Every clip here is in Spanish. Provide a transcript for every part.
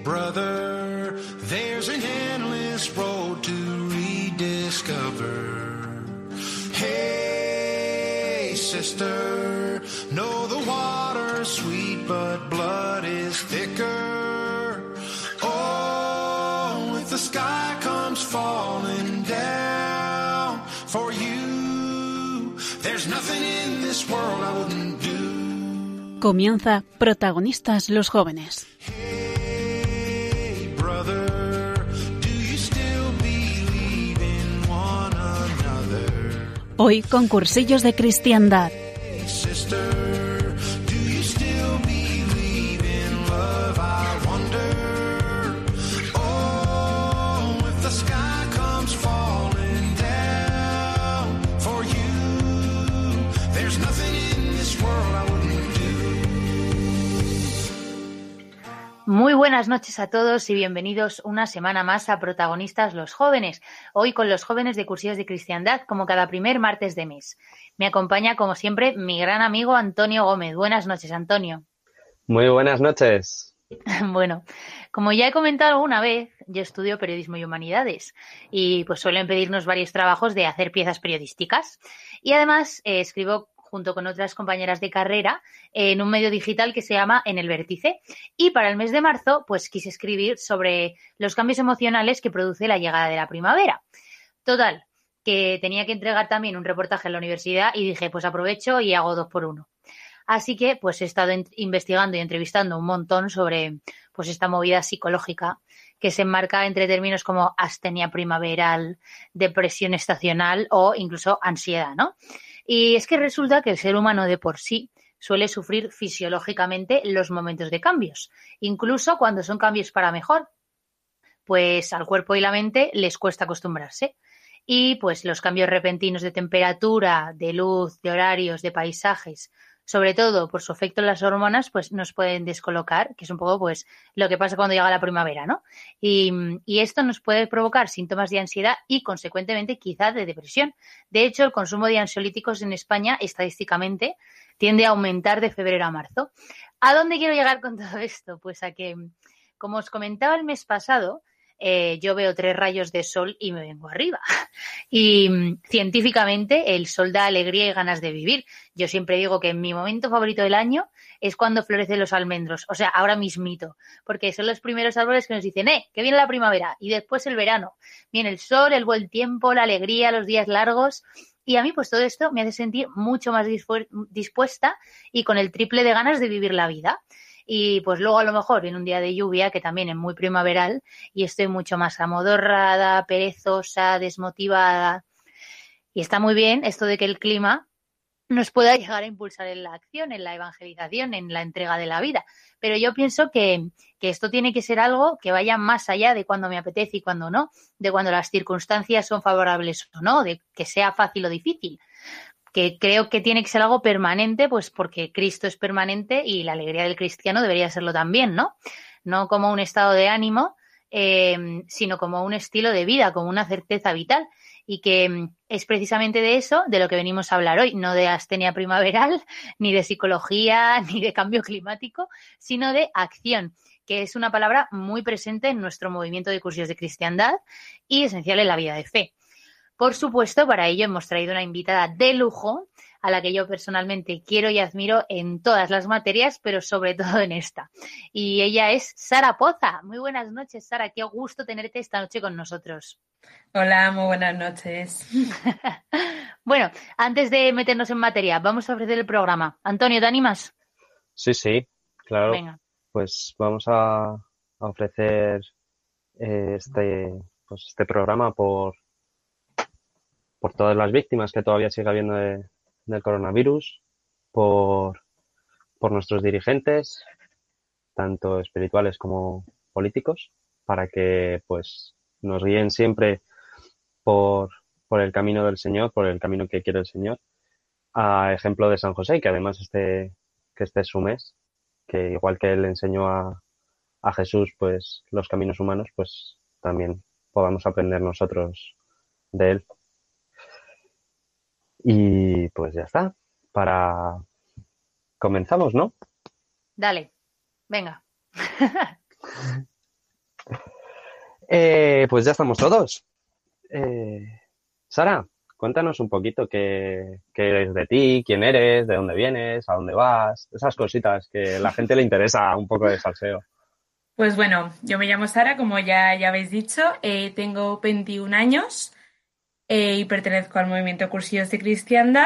brother, there's an endless road to rediscover. Hey, sister, know the water's sweet, but blood is thicker. Oh, if the sky comes falling down for you, there's nothing in this world I wouldn't do. Comienza Protagonistas los Jóvenes. Hey, brother, do you still believe in one another? Hoy con cursillos de cristiandad. Hey, sister, do you still believe in love? I wonder. Oh, if the sky comes falling down for you, there's nothing in this world I wouldn't do. Muy buenas noches a todos y bienvenidos una semana más a Protagonistas los Jóvenes, hoy con los jóvenes de Cursillos de Cristiandad, como cada primer martes de mes. Me acompaña, como siempre, mi gran amigo Antonio Gómez. Buenas noches, Antonio. Muy buenas noches. Bueno, como ya he comentado alguna vez, yo estudio Periodismo y Humanidades y pues suelen pedirnos varios trabajos de hacer piezas periodísticas y además escribo junto con otras compañeras de carrera, en un medio digital que se llama En el Vértice. Y para el mes de marzo, pues quise escribir sobre los cambios emocionales que produce la llegada de la primavera. Total, que tenía que entregar también un reportaje en la universidad y dije, pues aprovecho y hago 2 por 1. Así que pues he estado investigando y entrevistando un montón sobre pues esta movida psicológica que se enmarca entre términos como astenia primaveral, depresión estacional o incluso ansiedad, ¿no? Y es que resulta que el ser humano de por sí suele sufrir fisiológicamente los momentos de cambios, incluso cuando son cambios para mejor, pues al cuerpo y la mente les cuesta acostumbrarse. Y pues los cambios repentinos de temperatura, de luz, de horarios, de paisajes, sobre todo por su efecto en las hormonas, pues nos pueden descolocar, que es un poco pues lo que pasa cuando llega la primavera, ¿no? Y esto nos puede provocar síntomas de ansiedad y, consecuentemente, quizá de depresión. De hecho, el consumo de ansiolíticos en España, estadísticamente, tiende a aumentar de febrero a marzo. ¿A dónde quiero llegar con todo esto? Pues a que, como os comentaba el mes pasado, yo veo 3 rayos de sol y me vengo arriba. Y científicamente el sol da alegría y ganas de vivir. Yo siempre digo que mi momento favorito del año es cuando florecen los almendros, o sea, ahora mismito, porque son los primeros árboles que nos dicen, que viene la primavera y después el verano. Viene el sol, el buen tiempo, la alegría, los días largos. Y a mí pues todo esto me hace sentir mucho más dispuesta y con el triple de ganas de vivir la vida. Y pues luego a lo mejor viene un día de lluvia que también es muy primaveral y estoy mucho más amodorrada, perezosa, desmotivada. Y está muy bien esto de que el clima nos pueda llegar a impulsar en la acción, en la evangelización, en la entrega de la vida. Pero yo pienso que esto tiene que ser algo que vaya más allá de cuando me apetece y cuando no, de cuando las circunstancias son favorables o no, de que sea fácil o difícil. Que creo que tiene que ser algo permanente, pues porque Cristo es permanente y la alegría del cristiano debería serlo también, ¿no? No como un estado de ánimo, sino como un estilo de vida, como una certeza vital. Y que es precisamente de eso de lo que venimos a hablar hoy, no de astenia primaveral, ni de psicología, ni de cambio climático, sino de acción, que es una palabra muy presente en nuestro movimiento de cursillos de cristiandad y esencial en la vida de fe. Por supuesto, para ello hemos traído una invitada de lujo a la que yo personalmente quiero y admiro en todas las materias, pero sobre todo en esta. Y ella es Sara Poza. Muy buenas noches, Sara. Qué gusto tenerte esta noche con nosotros. Hola, muy buenas noches. Bueno, antes de meternos en materia, vamos a ofrecer el programa. Antonio, ¿te animas? Sí, claro. Venga. Pues vamos a ofrecer este programa por todas las víctimas que todavía sigue habiendo del coronavirus, por nuestros dirigentes, tanto espirituales como políticos, para que pues nos guíen siempre por el camino del Señor, por el camino que quiere el Señor, a ejemplo de San José, que además este es su mes, que igual que él enseñó a Jesús pues los caminos humanos, pues también podamos aprender nosotros de él. Y pues ya está. Comenzamos, ¿no? Dale, venga. Pues ya estamos todos. Sara, cuéntanos un poquito qué es de ti, quién eres, de dónde vienes, a dónde vas, esas cositas que a la gente le interesa un poco de salseo. Pues bueno, yo me llamo Sara, como ya habéis dicho, tengo 21 años y pertenezco al movimiento Cursillos de Cristiandad.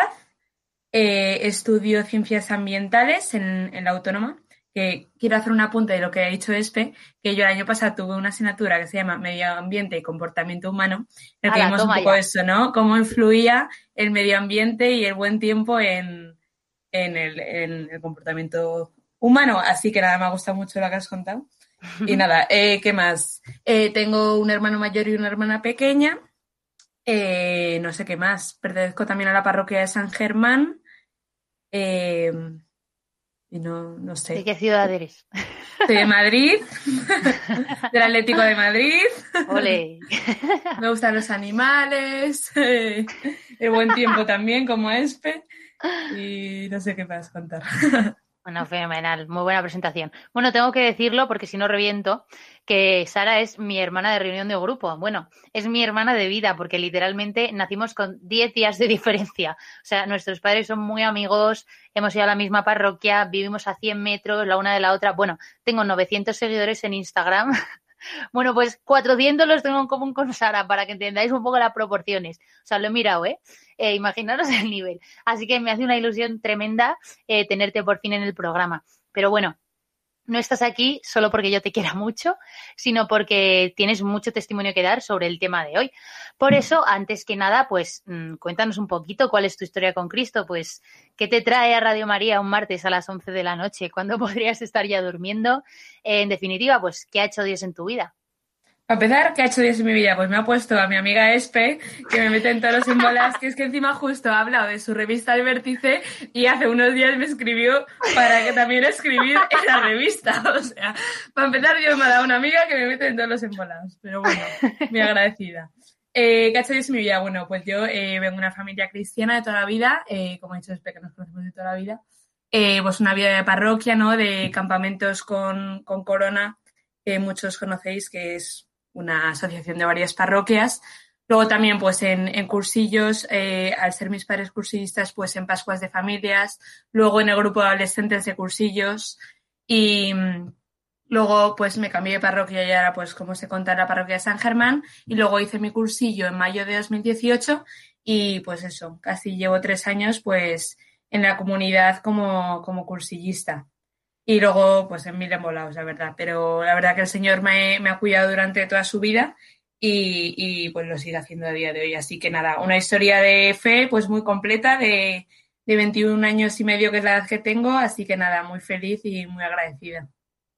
Estudio Ciencias Ambientales en la Autónoma, que quiero hacer un apunte de lo que ha dicho Espe, que yo el año pasado tuve una asignatura que se llama Medio Ambiente y Comportamiento Humano, en el que vimos un poco eso, ¿no? Cómo influía el medio ambiente y el buen tiempo en el comportamiento humano. Así que nada, me ha gustado mucho lo que has contado. Y nada, ¿qué más? Tengo un hermano mayor y una hermana pequeña. No sé qué más. Pertenezco también a la parroquia de San Germán. Y no sé. ¿De qué ciudad eres? De Madrid, del Atlético de Madrid. ¡Ole! Me gustan los animales, el buen tiempo también, como Espe. Y no sé qué más contar. Bueno, fenomenal, muy buena presentación. Bueno, tengo que decirlo porque si no reviento, que Sara es mi hermana de reunión de grupo. Bueno, es mi hermana de vida porque literalmente nacimos con 10 días de diferencia. O sea, nuestros padres son muy amigos, hemos ido a la misma parroquia, vivimos a 100 metros la una de la otra. Bueno, tengo 900 seguidores en Instagram. Bueno, pues 400 los tengo en común con Sara para que entendáis un poco las proporciones. O sea, lo he mirado, imaginaros el nivel. Así que me hace una ilusión tremenda tenerte por fin en el programa. Pero bueno, no estás aquí solo porque yo te quiera mucho, sino porque tienes mucho testimonio que dar sobre el tema de hoy. Por eso, antes que nada, pues cuéntanos un poquito cuál es tu historia con Cristo, pues qué te trae a Radio María un martes a las 11 de la noche, cuándo podrías estar ya durmiendo. En definitiva, pues, ¿qué ha hecho Dios en tu vida? A empezar, ¿qué ha hecho Dios en mi vida? Pues me ha puesto a mi amiga Espe, que me mete en todos los embolas, que es que encima justo ha hablado de su revista El Vértice y hace unos días me escribió para que también escribir en la revista. O sea, para empezar, Dios me ha dado una amiga que me mete en todos los embolados. Pero bueno, muy agradecida. ¿Qué ha hecho Dios en mi vida? Bueno, pues yo vengo de una familia cristiana de toda la vida, como ha dicho Espe, que nos conocemos de toda la vida. Pues una vida de parroquia, ¿no? De campamentos con Corona, que muchos conocéis, que es una asociación de varias parroquias. Luego también pues en cursillos, al ser mis padres cursillistas, pues en Pascuas de Familias, luego en el grupo de adolescentes de cursillos y luego pues me cambié de parroquia y ahora pues como se cuenta en la parroquia de San Germán y luego hice mi cursillo en mayo de 2018 y pues eso, casi llevo 3 años pues en la comunidad como cursillista. Y luego, pues en mil embolados, la verdad. Pero la verdad que el Señor me ha cuidado durante toda su vida y pues lo sigue haciendo a día de hoy. Así que nada, una historia de fe pues muy completa de 21 años y medio, que es la edad que tengo. Así que nada, muy feliz y muy agradecida.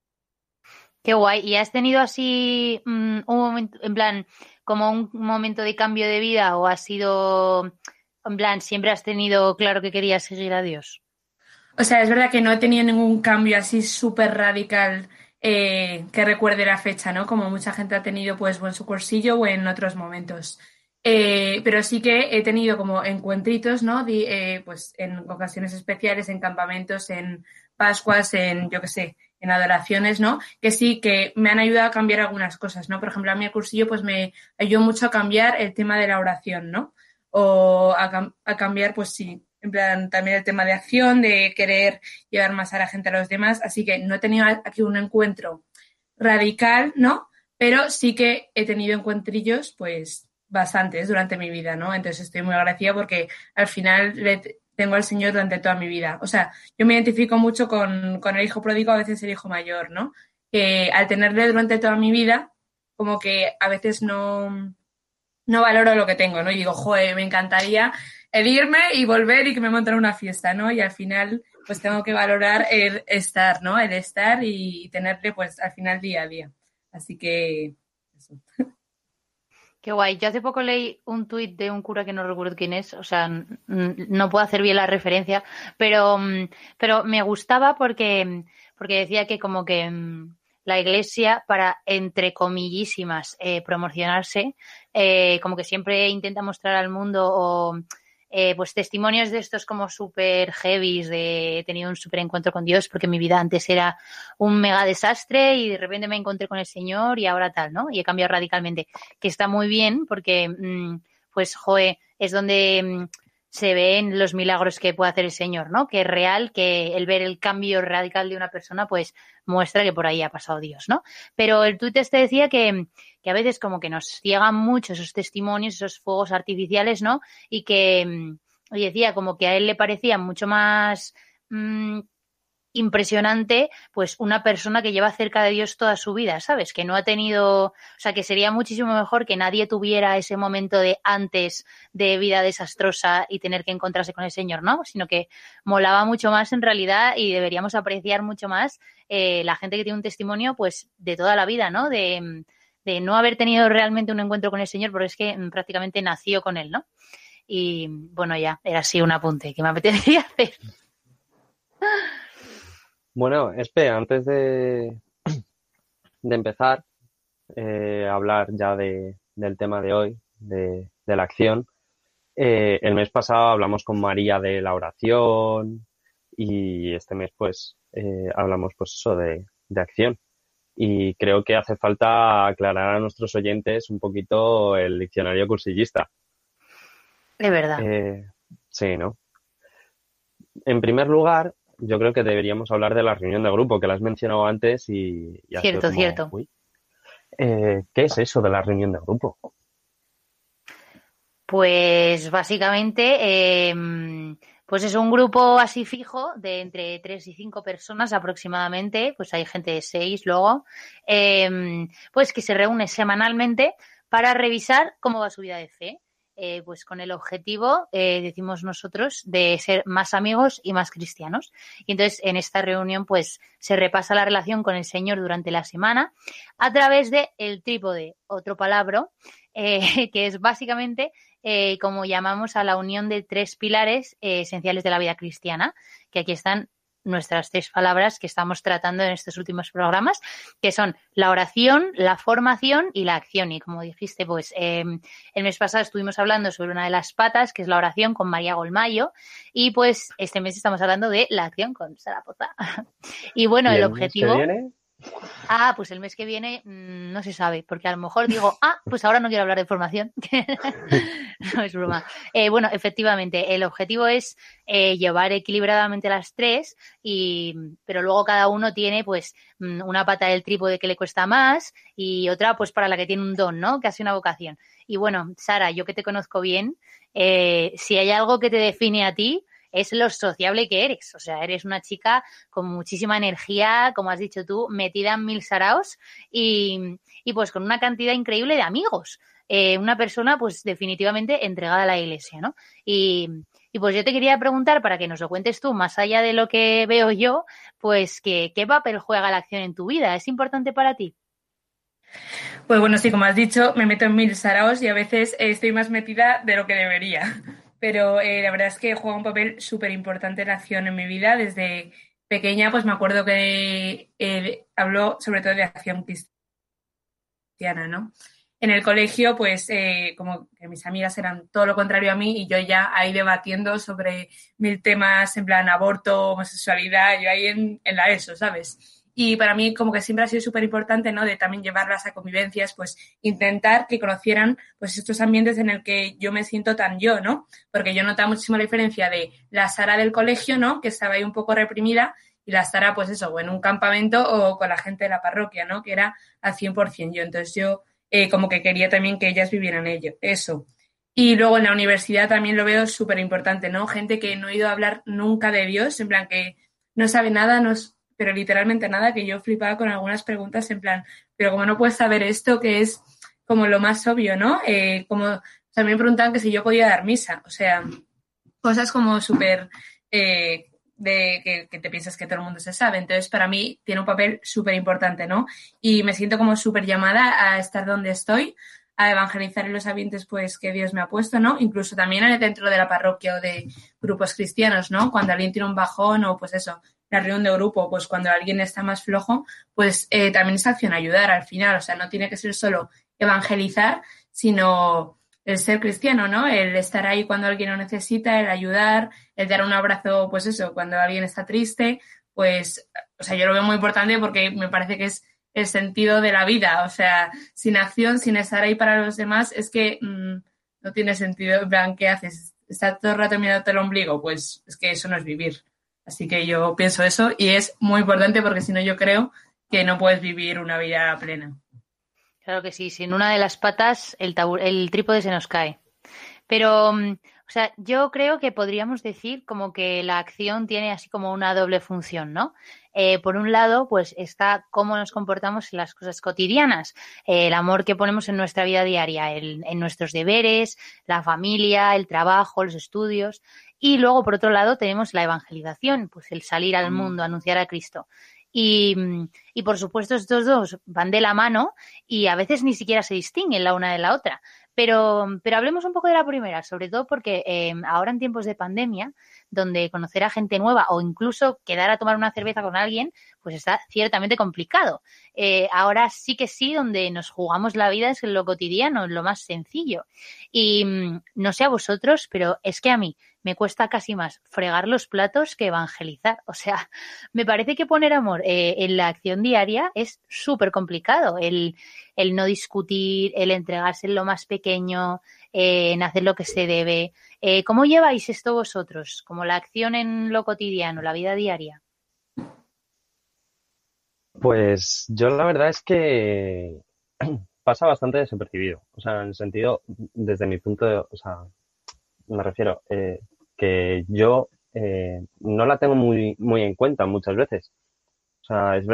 Qué guay. ¿Y has tenido así un momento, en plan, como un momento de cambio de vida o has sido, en plan, siempre has tenido claro que querías seguir a Dios? O sea, es verdad que no he tenido ningún cambio así súper radical que recuerde la fecha, ¿no? Como mucha gente ha tenido pues o en su cursillo o en otros momentos. Pero sí que he tenido como encuentritos, ¿no? Pues en ocasiones especiales, en campamentos, en Pascuas, en, yo qué sé, en adoraciones, ¿no? Que sí que me han ayudado a cambiar algunas cosas, ¿no? Por ejemplo, a mí el cursillo pues me ayudó mucho a cambiar el tema de la oración, ¿no? O a cambiar, pues sí, en plan, también el tema de acción, de querer llevar más a la gente a los demás. Así que no he tenido aquí un encuentro radical, ¿no? Pero sí que he tenido encuentrillos, pues, bastantes durante mi vida, ¿no? Entonces estoy muy agradecida porque al final tengo al Señor durante toda mi vida. O sea, yo me identifico mucho con el hijo pródigo, a veces el hijo mayor, ¿no? Que al tenerle durante toda mi vida, como que a veces no valoro lo que tengo, ¿no? Y digo, joder, me encantaría el irme y volver y que me monten una fiesta, ¿no? Y al final, pues tengo que valorar el estar, ¿no? El estar y tenerle, pues, al final día a día. Así que, eso. Qué guay. Yo hace poco leí un tuit de un cura que no recuerdo quién es, o sea, no puedo hacer bien la referencia, pero me gustaba porque decía que como que la Iglesia, para, entre comillísimas, promocionarse, como que siempre intenta mostrar al mundo o pues testimonios de estos como súper heavies, de he tenido un súper encuentro con Dios porque mi vida antes era un mega desastre y de repente me encontré con el Señor y ahora tal, ¿no? Y he cambiado radicalmente, que está muy bien porque, pues, es donde se ven los milagros que puede hacer el Señor, ¿no? Que es real, que el ver el cambio radical de una persona, pues, muestra que por ahí ha pasado Dios, ¿no? Pero el tuit te decía que a veces como que nos ciegan mucho esos testimonios, esos fuegos artificiales, ¿no? Y que, y decía como que a él le parecía mucho más impresionante, pues una persona que lleva cerca de Dios toda su vida, ¿sabes? Que no ha tenido, o sea, que sería muchísimo mejor que nadie tuviera ese momento de antes de vida desastrosa y tener que encontrarse con el Señor, ¿no? Sino que molaba mucho más en realidad y deberíamos apreciar mucho más la gente que tiene un testimonio, pues, de toda la vida, ¿no? De no haber tenido realmente un encuentro con el Señor, porque es que prácticamente nació con él, ¿no? Y bueno, ya, era así un apunte que me apetecía hacer. Bueno, Espe, antes de empezar a hablar ya del tema de hoy, de la acción, el mes pasado hablamos con María de la oración y este mes pues hablamos pues eso de acción. Y creo que hace falta aclarar a nuestros oyentes un poquito el diccionario cursillista. De verdad. Sí, ¿no? En primer lugar, yo creo que deberíamos hablar de la reunión de grupo, que la has mencionado antes y ha sido como, Cierto. uy, ¿qué es eso de la reunión de grupo? Pues básicamente, pues es un grupo así fijo de entre 3 y 5 personas aproximadamente, pues hay gente de 6 luego, pues que se reúne semanalmente para revisar cómo va su vida de fe. Pues con el objetivo, decimos nosotros, de ser más amigos y más cristianos. Y entonces en esta reunión pues se repasa la relación con el Señor durante la semana a través de el trípode, otro palabra, que es básicamente como llamamos a la unión de 3 pilares esenciales de la vida cristiana, que aquí están nuestras 3 palabras que estamos tratando en estos últimos programas, que son la oración, la formación y la acción. Y como dijiste, pues el mes pasado estuvimos hablando sobre una de las patas, que es la oración, con María Golmayo, y pues este mes estamos hablando de la acción con Sara Poza. Y bueno, el objetivo... ¿Mes que viene? Pues el mes que viene no se sabe, porque a lo mejor digo, pues ahora no quiero hablar de formación. No es broma. Bueno, efectivamente, el objetivo es llevar equilibradamente las 3, pero luego cada uno tiene pues una pata del trípode que le cuesta más y otra pues para la que tiene un don, ¿no? Casi una vocación. Y bueno, Sara, yo que te conozco bien, si hay algo que te define a ti, es lo sociable que eres. O sea, eres una chica con muchísima energía, como has dicho tú, metida en 1000 saraos y pues con una cantidad increíble de amigos. Una persona, pues definitivamente entregada a la iglesia, ¿no? Y pues yo te quería preguntar, para que nos lo cuentes tú, más allá de lo que veo yo, pues ¿qué papel juega la acción en tu vida? ¿Es importante para ti? Pues bueno, sí, como has dicho, me meto en 1000 saraos y a veces estoy más metida de lo que debería. Pero la verdad es que juega un papel súper importante la acción en mi vida. Desde pequeña, pues me acuerdo que hablo sobre todo de acción cristiana, ¿no? En el colegio, pues como que mis amigas eran todo lo contrario a mí y yo ya ahí debatiendo sobre 1000 temas en plan aborto, homosexualidad, yo ahí en la ESO, ¿sabes? Y para mí como que siempre ha sido súper importante, ¿no? De también llevarlas a convivencias, pues intentar que conocieran pues estos ambientes en el que yo me siento tan yo, ¿no? Porque yo notaba muchísimo la diferencia de la Sara del colegio, ¿no? Que estaba ahí un poco reprimida y la Sara, pues eso, o en un campamento o con la gente de la parroquia, ¿no? Que era al 100% yo. Entonces yo como que quería también que ellas vivieran eso. Y luego en la universidad también lo veo súper importante, ¿no? Gente que no ha ido a hablar nunca de Dios, en plan que no sabe nada, pero literalmente nada, que yo flipaba con algunas preguntas en plan, pero como no puedes saber esto, que es como lo más obvio, ¿no? Como también me preguntaban que si yo podía dar misa, o sea, cosas como súper que te piensas que todo el mundo se sabe. Entonces, para mí tiene un papel súper importante, ¿no? Y me siento como súper llamada a estar donde estoy, a evangelizar en los ambientes pues que Dios me ha puesto, ¿no? Incluso también dentro de la parroquia o de grupos cristianos, ¿no? Cuando alguien tiene un bajón o pues eso, la reunión de grupo, pues cuando alguien está más flojo, pues también es acción ayudar al final, o sea, no tiene que ser solo evangelizar, sino el ser cristiano, ¿no? El estar ahí cuando alguien lo necesita, el ayudar, el dar un abrazo, pues eso, cuando alguien está triste, pues, o sea, yo lo veo muy importante porque me parece que es el sentido de la vida, o sea, sin acción, sin estar ahí para los demás, es que no tiene sentido. En plan, ¿qué haces? ¿Estás todo el rato mirándote el ombligo? Pues es que eso no es vivir. Así que yo pienso eso y es muy importante porque si no yo creo que no puedes vivir una vida plena. Claro que sí, sin una de las patas el trípode se nos cae. Pero, o sea, yo creo que podríamos decir como que la acción tiene así como una doble función, ¿no? Por un lado, pues está cómo nos comportamos en las cosas cotidianas, el amor que ponemos en nuestra vida diaria, en nuestros deberes, la familia, el trabajo, los estudios. Y luego, por otro lado, tenemos la evangelización, pues el salir al mundo, anunciar a Cristo. Y por supuesto, estos dos van de la mano y a veces ni siquiera se distinguen la una de la otra. Pero hablemos un poco de la primera, sobre todo porque ahora en tiempos de pandemia, donde conocer a gente nueva o incluso quedar a tomar una cerveza con alguien, pues está ciertamente complicado. Ahora sí que sí, donde nos jugamos la vida es en lo cotidiano, en lo más sencillo. Y no sé a vosotros, pero es que a mí me cuesta casi más fregar los platos que evangelizar. O sea, me parece que poner amor en la acción diaria es súper complicado. El no discutir, el entregarse en lo más pequeño, en hacer lo que se debe. ¿Cómo lleváis esto vosotros? Como la acción en lo cotidiano, la vida diaria. Pues yo la verdad es que pasa bastante desapercibido. O sea, en el sentido, desde mi punto de, o sea, me refiero, que yo no la tengo muy en cuenta muchas veces. O sea, es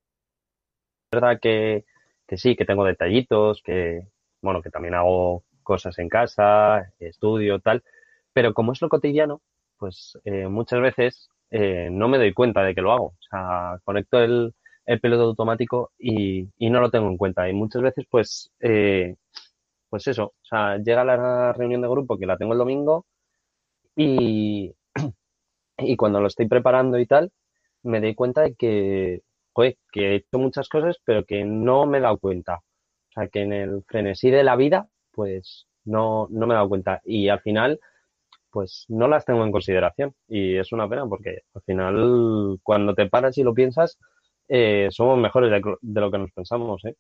verdad que sí, que tengo detallitos, que, bueno, que también hago cosas en casa, estudio, tal, pero como es lo cotidiano, pues muchas veces no me doy cuenta de que lo hago. O sea, conecto el piloto automático y no lo tengo en cuenta. Y muchas veces, pues eso, o sea, llega la reunión de grupo que la tengo el domingo y, y cuando lo estoy preparando y tal, me doy cuenta de que, joder, que he hecho muchas cosas, pero que no me he dado cuenta. O sea, que en el frenesí de la vida, pues no me he dado cuenta. Y al final, pues no las tengo en consideración. Y es una pena porque al final, cuando te paras y lo piensas, somos mejores de lo que nos pensamos, ¿eh?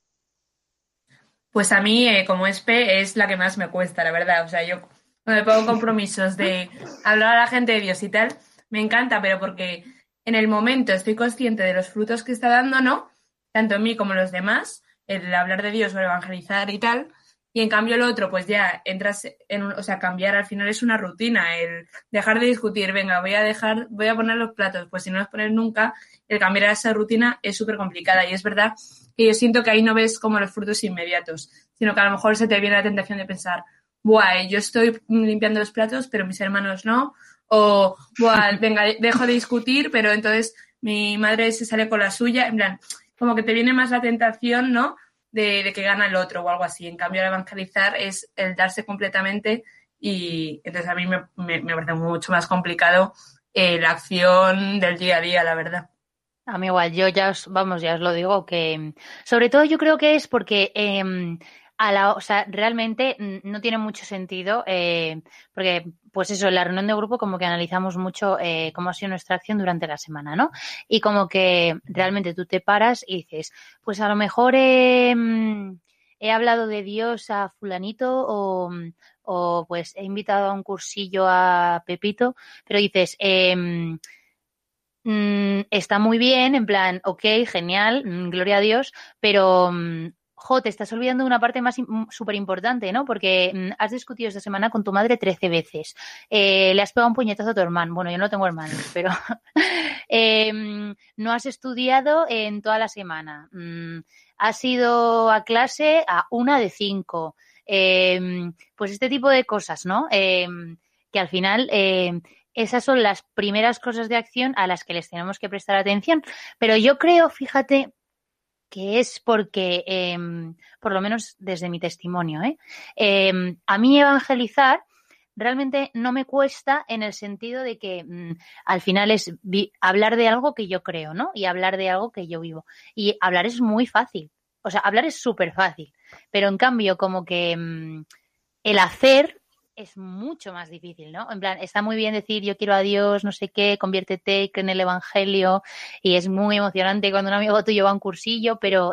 Pues a mí, como ESPE, es la que más me cuesta, la verdad. O sea, yo cuando me pongo compromisos de hablar a la gente de Dios y tal, me encanta, pero porque en el momento estoy consciente de los frutos que está dando, ¿no? Tanto en mí como en los demás, el hablar de Dios o el evangelizar y tal. Y en cambio el otro, pues ya entras o sea, cambiar al final es una rutina, el dejar de discutir, venga, voy a poner los platos, pues si no los pones nunca, el cambiar a esa rutina es súper complicada. Y es verdad que yo siento que ahí no ves como los frutos inmediatos, sino que a lo mejor se te viene la tentación de pensar, buah, yo estoy limpiando los platos, pero mis hermanos no, o buah, venga, dejo de discutir, pero entonces mi madre se sale con la suya, en plan, como que te viene más la tentación, ¿no?, de que gana el otro o algo así. En cambio, el evangelizar es el darse completamente y entonces a mí me parece mucho más complicado la acción del día a día, la verdad. A mí igual, yo ya os lo digo, que sobre todo yo creo que es porque o sea, realmente no tiene mucho sentido, porque pues eso, en la reunión de grupo como que analizamos mucho cómo ha sido nuestra acción durante la semana, ¿no? Y como que realmente tú te paras y dices, pues a lo mejor he hablado de Dios a fulanito o pues he invitado a un cursillo a Pepito, pero dices, está muy bien, en plan, ok, genial, gloria a Dios, pero, te estás olvidando de una parte más súper importante, ¿no? Porque has discutido esta semana con tu madre 13 veces, le has pegado un puñetazo a tu hermano, bueno, yo no tengo hermanos, pero no has estudiado en toda la semana, has ido a clase a 1 de 5, pues este tipo de cosas, ¿no? Que al final esas son las primeras cosas de acción a las que les tenemos que prestar atención. Pero yo creo, fíjate, que es porque, por lo menos desde mi testimonio, a mí evangelizar realmente no me cuesta en el sentido de que al final es hablar de algo que yo creo, ¿no? Y hablar de algo que yo vivo. Y hablar es muy fácil. O sea, hablar es súper fácil. Pero en cambio, como que el hacer es mucho más difícil, ¿no? En plan, está muy bien decir yo quiero a Dios, no sé qué, conviértete, cree en el Evangelio, y es muy emocionante cuando un amigo tuyo va a un cursillo, pero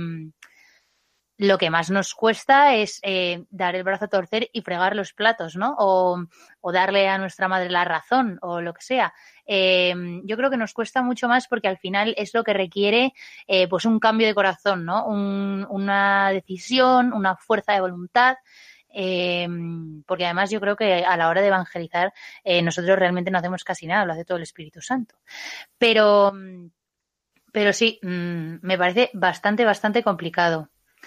lo que más nos cuesta es dar el brazo a torcer y fregar los platos, ¿no? O darle a nuestra madre la razón o lo que sea. Yo creo que nos cuesta mucho más porque al final es lo que requiere pues un cambio de corazón, ¿no? Una decisión, una fuerza de voluntad. Porque además yo creo que a la hora de evangelizar nosotros realmente no hacemos casi nada, lo hace todo el Espíritu Santo. Pero sí, me parece bastante complicado.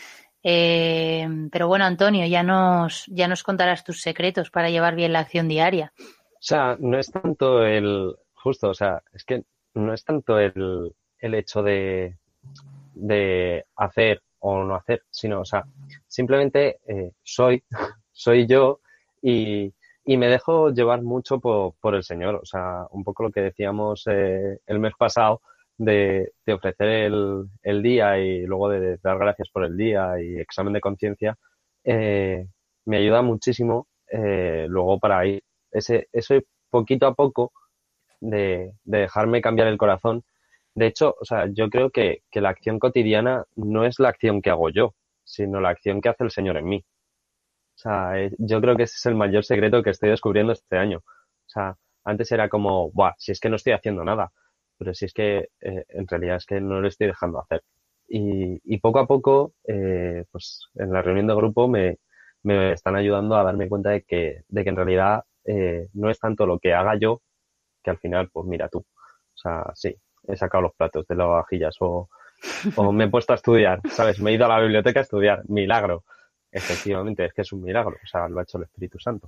Pero bueno, Antonio, ya nos contarás tus secretos para llevar bien la acción diaria. O sea, no es tanto justo, o sea, es que no es tanto el hecho de hacer o no hacer, sino, o sea, simplemente soy yo y me dejo llevar mucho por el Señor. O sea, un poco lo que decíamos el mes pasado de ofrecer el día y luego de dar gracias por el día y examen de conciencia, me ayuda muchísimo luego para ir eso poquito a poco de dejarme cambiar el corazón. De hecho, o sea, yo creo que la acción cotidiana no es la acción que hago yo, sino la acción que hace el Señor en mí. O sea, yo creo que ese es el mayor secreto que estoy descubriendo este año. O sea, antes era como, buah, si es que no estoy haciendo nada, pero si es que en realidad es que no lo estoy dejando hacer. Y poco a poco, pues en la reunión de grupo me están ayudando a darme cuenta de que en realidad no es tanto lo que haga yo, que al final, pues mira tú. O sea, sí, he sacado los platos de las vajillas o me he puesto a estudiar, ¿sabes? Me he ido a la biblioteca a estudiar. Milagro. Efectivamente, es que es un milagro. O sea, lo ha hecho el Espíritu Santo.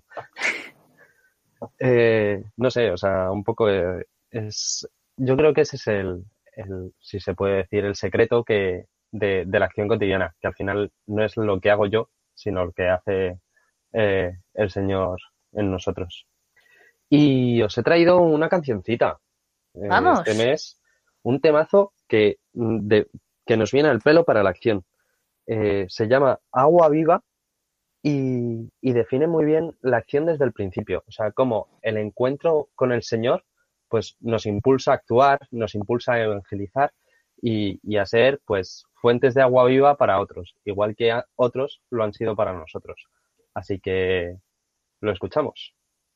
No sé, o sea, un poco yo creo que ese es si se puede decir, el secreto de la acción cotidiana, que al final no es lo que hago yo, sino lo que hace el Señor en nosotros. Y os he traído una cancioncita. ¡Vamos! Este mes, un temazo que nos viene al pelo para la acción. Se llama Agua Viva y define muy bien la acción desde el principio. O sea, cómo el encuentro con el Señor pues nos impulsa a actuar, nos impulsa a evangelizar y a ser pues fuentes de agua viva para otros, igual que otros lo han sido para nosotros. Así que lo escuchamos.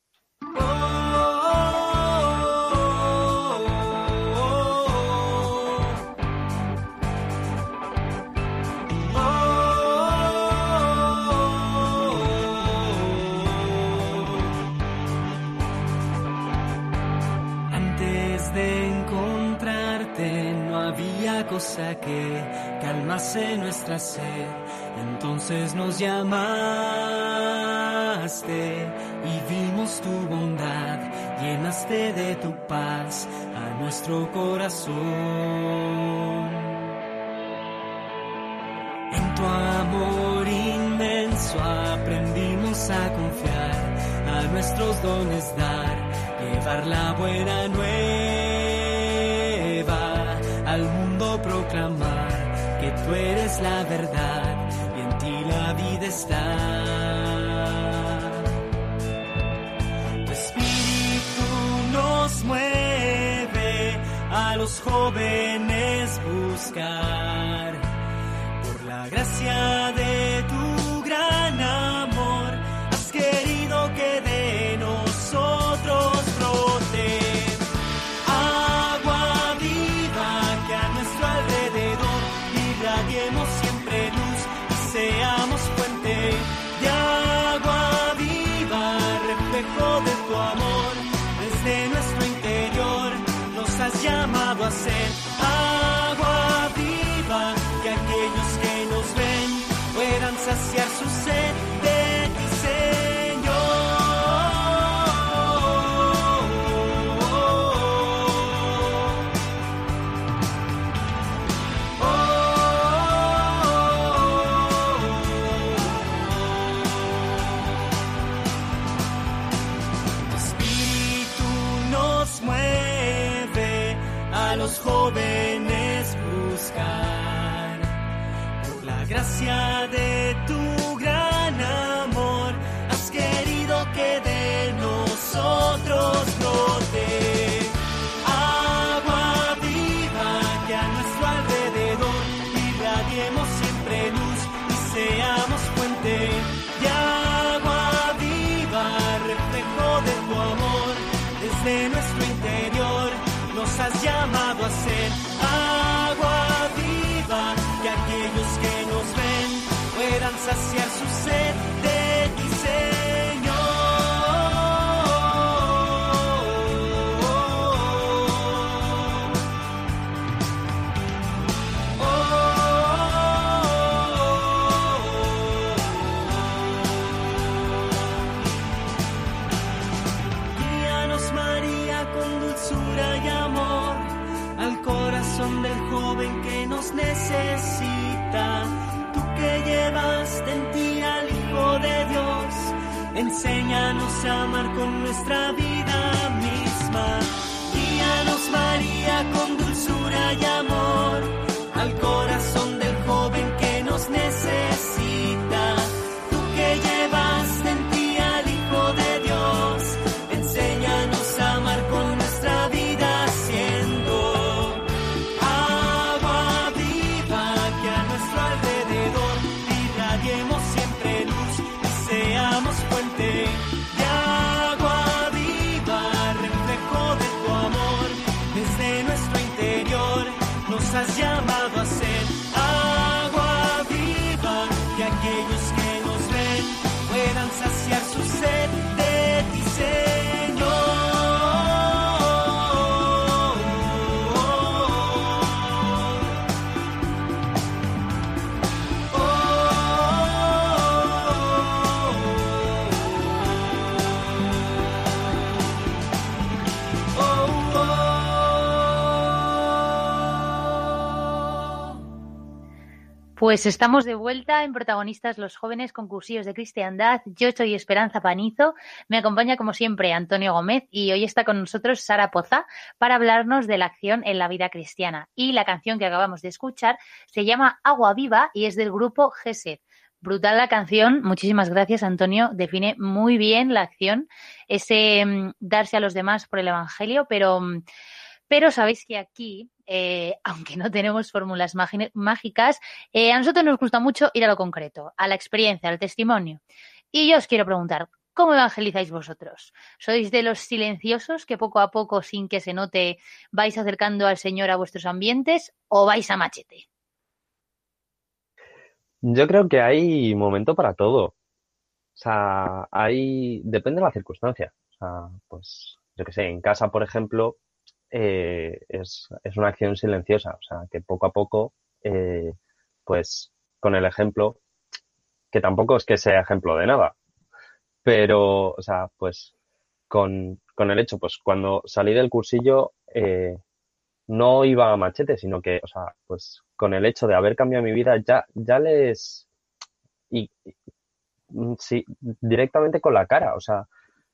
Cosa que calmase nuestra sed, entonces nos llamaste y vimos tu bondad, llenaste de tu paz a nuestro corazón. En tu amor inmenso aprendimos a confiar, a nuestros dones dar, llevar la buena nueva al mundo, proclamar que tú eres la verdad y en ti la vida está. Tu espíritu nos mueve a los jóvenes buscar, por la gracia de tu gran amor, has querido que de nosotros brote siempre luz y seamos fuente de agua viva, reflejo de tu amor. Desde nuestro interior nos has llamado a ser agua viva, que aquellos que nos ven puedan saciar su sed de ti, Señor. Los jóvenes buscar, por la gracia de tu gran amor, has llamado a ser agua viva, que aquellos que nos ven puedan saciar su sed de ti, Señor. Guíanos, María, con dulzura y amor al corazón del joven que nos necesita. Tú que llevaste en ti al Hijo de Dios, enséñanos a amar con nuestra vida misma. Guíanos, María, con dulzura y amor al corazón del joven que nos necesita. Tú que llevaste en ti al Hijo de Dios, enséñanos a amar con nuestra vida, siendo agua viva que a nuestro alrededor irradiemos siempre luz y seamos fuente de agua viva, reflejo de tu amor. Desde nuestro interior nos has llamado a ser agua viva, que aquellos que nos ven puedan saciar su sed de ti, Señor. Pues estamos de vuelta en Protagonistas los Jóvenes con Cursillos de Cristiandad. Yo soy Esperanza Panizo, me acompaña como siempre Antonio Gómez y hoy está con nosotros Sara Poza para hablarnos de la acción en la vida cristiana. Y la canción que acabamos de escuchar se llama Agua Viva y es del grupo Gesed. Brutal la canción, muchísimas gracias Antonio, define muy bien la acción, ese darse a los demás por el Evangelio, pero sabéis que aquí, aunque no tenemos fórmulas mágicas, a nosotros nos gusta mucho ir a lo concreto, a la experiencia, al testimonio. Y yo os quiero preguntar, ¿cómo evangelizáis vosotros? ¿Sois de los silenciosos que poco a poco, sin que se note, vais acercando al Señor a vuestros ambientes o vais a machete? Yo creo que hay momento para todo. O sea, depende de la circunstancia. O sea, pues, yo qué sé, en casa, por ejemplo, es una acción silenciosa. O sea, que poco a poco, pues, con el ejemplo, que tampoco es que sea ejemplo de nada, pero, o sea, pues, con el hecho, pues, cuando salí del cursillo, no iba a machete, sino que, o sea, pues, con el hecho de haber cambiado mi vida, ya les... sí, directamente con la cara, o sea,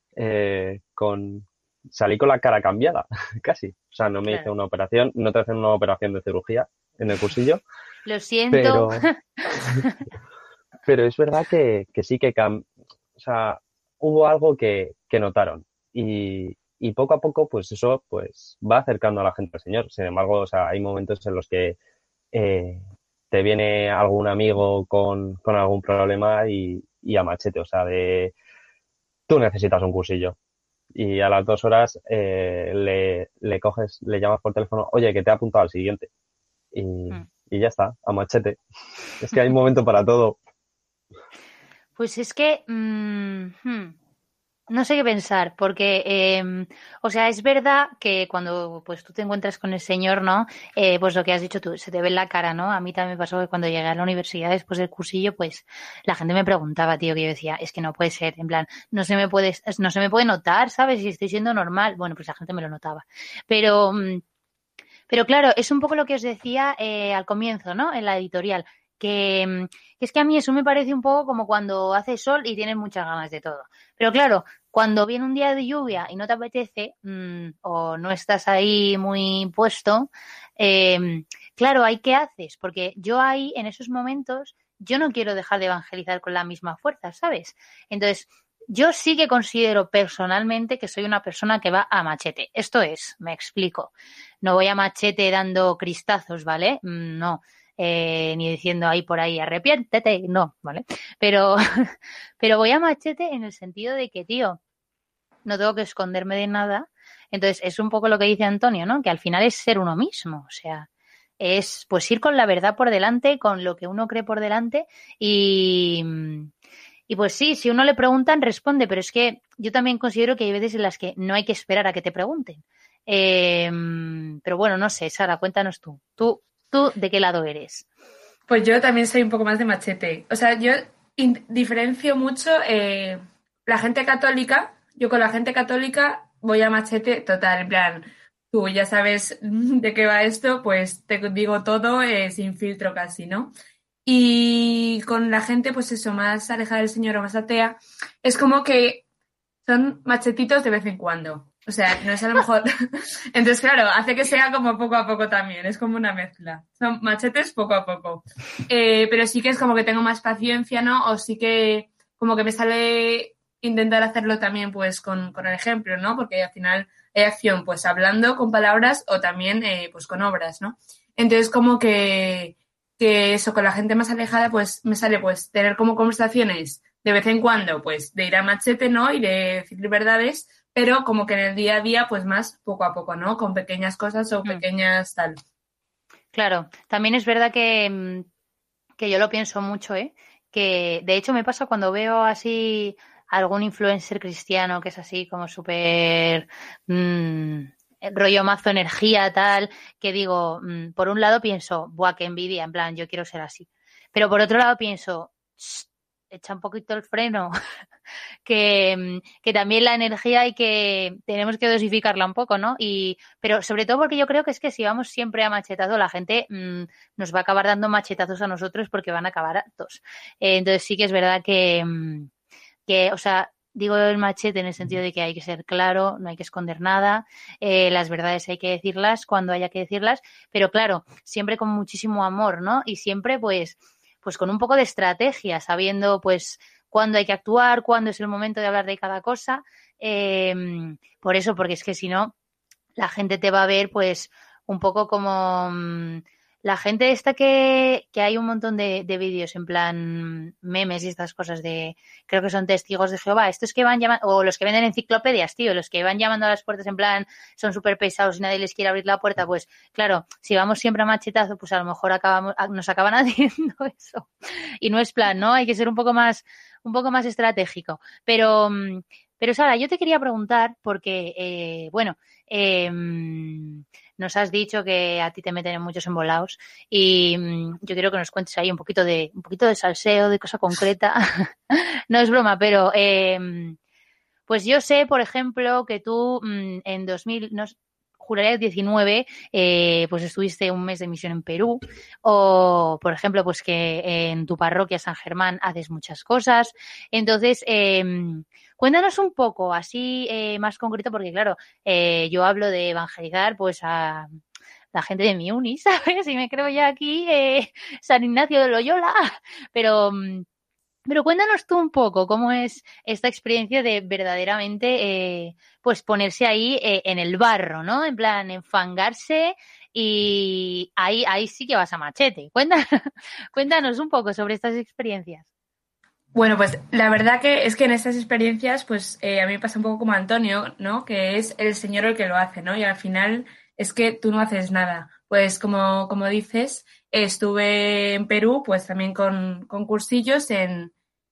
salí con la cara cambiada, casi. O sea, no me hice una operación, no te hacen una operación de cirugía en el cursillo. Lo siento. Pero es verdad que sí que o sea, hubo algo que notaron. Y poco a poco, pues eso pues va acercando a la gente al Señor. Sin embargo, o sea, hay momentos en los que te viene algún amigo con algún problema y a machete, o sea, tú necesitas un cursillo. Y a las 2 horas le coges, le llamas por teléfono, oye, que te he apuntado al siguiente. Y ya está, a machete. Es que hay un momento para todo. Pues es que no sé qué pensar, porque, o sea, es verdad que cuando pues tú te encuentras con el Señor, ¿no? Pues lo que has dicho tú, se te ve en la cara, ¿no? A mí también me pasó que cuando llegué a la universidad después del cursillo, pues la gente me preguntaba, tío, que yo decía, es que no puede ser, en plan, no se me puede notar, ¿sabes? Si estoy siendo normal. Bueno, pues la gente me lo notaba. Pero claro, es un poco lo que os decía al comienzo, ¿no? En la editorial. Que es que a mí eso me parece un poco como cuando hace sol y tienes muchas ganas de todo. Pero claro, cuando viene un día de lluvia y no te apetece o no estás ahí muy puesto, claro, ¿ahí qué haces? Porque yo ahí, en esos momentos, yo no quiero dejar de evangelizar con la misma fuerza, ¿sabes? Entonces, yo sí que considero personalmente que soy una persona que va a machete. Esto es, me explico. No voy a machete dando cristazos, ¿vale? No. Ni diciendo ahí por ahí arrepiéntete, no, ¿vale? Pero voy a machete en el sentido de que, tío, no tengo que esconderme de nada Entonces, es un poco lo que dice Antonio, ¿no? Que al final es ser uno mismo, o sea, es pues ir con la verdad por delante, con lo que uno cree por delante y pues sí, si uno le preguntan, responde, pero es que yo también considero que hay veces en las que no hay que esperar a que te pregunten. Pero bueno, no sé, Sara, cuéntanos tú. ¿Tú de qué lado eres? Pues yo también soy un poco más de Machete. O sea, yo diferencio mucho la gente católica. Yo con la gente católica voy a Machete total, en plan, tú ya sabes de qué va esto, pues te digo todo sin filtro casi, ¿no? Y con la gente, pues eso, más alejada del Señor o más atea, es como que son machetitos de vez en cuando. O sea, no es a lo mejor... Entonces, claro, hace que sea como poco a poco también, es como una mezcla. Son machetes poco a poco. Pero sí que es como que tengo más paciencia, ¿no? O sí que como que me sale intentar hacerlo también pues con el ejemplo, ¿no? Porque al final hay acción pues hablando con palabras o también pues con obras, ¿no? Entonces como que eso, con la gente más alejada pues me sale pues tener como conversaciones de vez en cuando pues de ir a machete, ¿no? Y de decir verdades, pero como que en el día a día pues más poco a poco, ¿no? Con pequeñas cosas o pequeñas tal. Claro, también es verdad que yo lo pienso mucho, ¿eh? Que de hecho me pasa cuando veo así algún influencer cristiano que es así como súper rollo mazo energía tal, que digo, por un lado pienso, buah, qué envidia, en plan, yo quiero ser así. Pero por otro lado pienso, echa un poquito el freno, que también la energía tenemos que dosificarla un poco, ¿no? Pero sobre todo porque yo creo que es que si vamos siempre a machetazo, la gente nos va a acabar dando machetazos a nosotros porque van a acabar hartos. Entonces sí que es verdad que, o sea, digo el machete en el sentido de que hay que ser claro, no hay que esconder nada, las verdades hay que decirlas cuando haya que decirlas, pero claro, siempre con muchísimo amor, ¿no? Y siempre pues con un poco de estrategia, sabiendo pues cuándo hay que actuar, cuándo es el momento de hablar de cada cosa. Por eso, porque es que si no, la gente te va a ver pues un poco como la gente esta que hay un montón de vídeos en plan memes y estas cosas creo que son testigos de Jehová, estos que van llamando, o los que venden enciclopedias, tío, los que van llamando a las puertas en plan son súper pesados y nadie les quiere abrir la puerta, pues claro, si vamos siempre a machetazo, pues a lo mejor nos acaban haciendo eso. Y no es plan, ¿no? Hay que ser un poco más estratégico. Pero Sara, yo te quería preguntar, porque, nos has dicho que a ti te meten en muchos embolados y yo quiero que nos cuentes ahí un poquito de salseo, de cosa concreta. No es broma, pero pues yo sé, por ejemplo, que tú en 2000, no, juraría 19, pues estuviste un mes de misión en Perú, o por ejemplo, pues que en tu parroquia San Germán haces muchas cosas. Entonces, cuéntanos un poco, así más concreto, porque claro, yo hablo de evangelizar pues a la gente de mi uni, ¿sabes? Y me creo ya aquí San Ignacio de Loyola, pero cuéntanos tú un poco cómo es esta experiencia de verdaderamente pues ponerse ahí en el barro, ¿no? En plan, enfangarse y ahí sí que vas a machete. Cuéntanos un poco sobre estas experiencias. Bueno, pues la verdad que es que en estas experiencias, pues a mí me pasa un poco como a Antonio, ¿no? Que es el Señor el que lo hace, ¿no? Y al final es que tú no haces nada. Pues como dices, estuve en Perú, pues también con cursillos en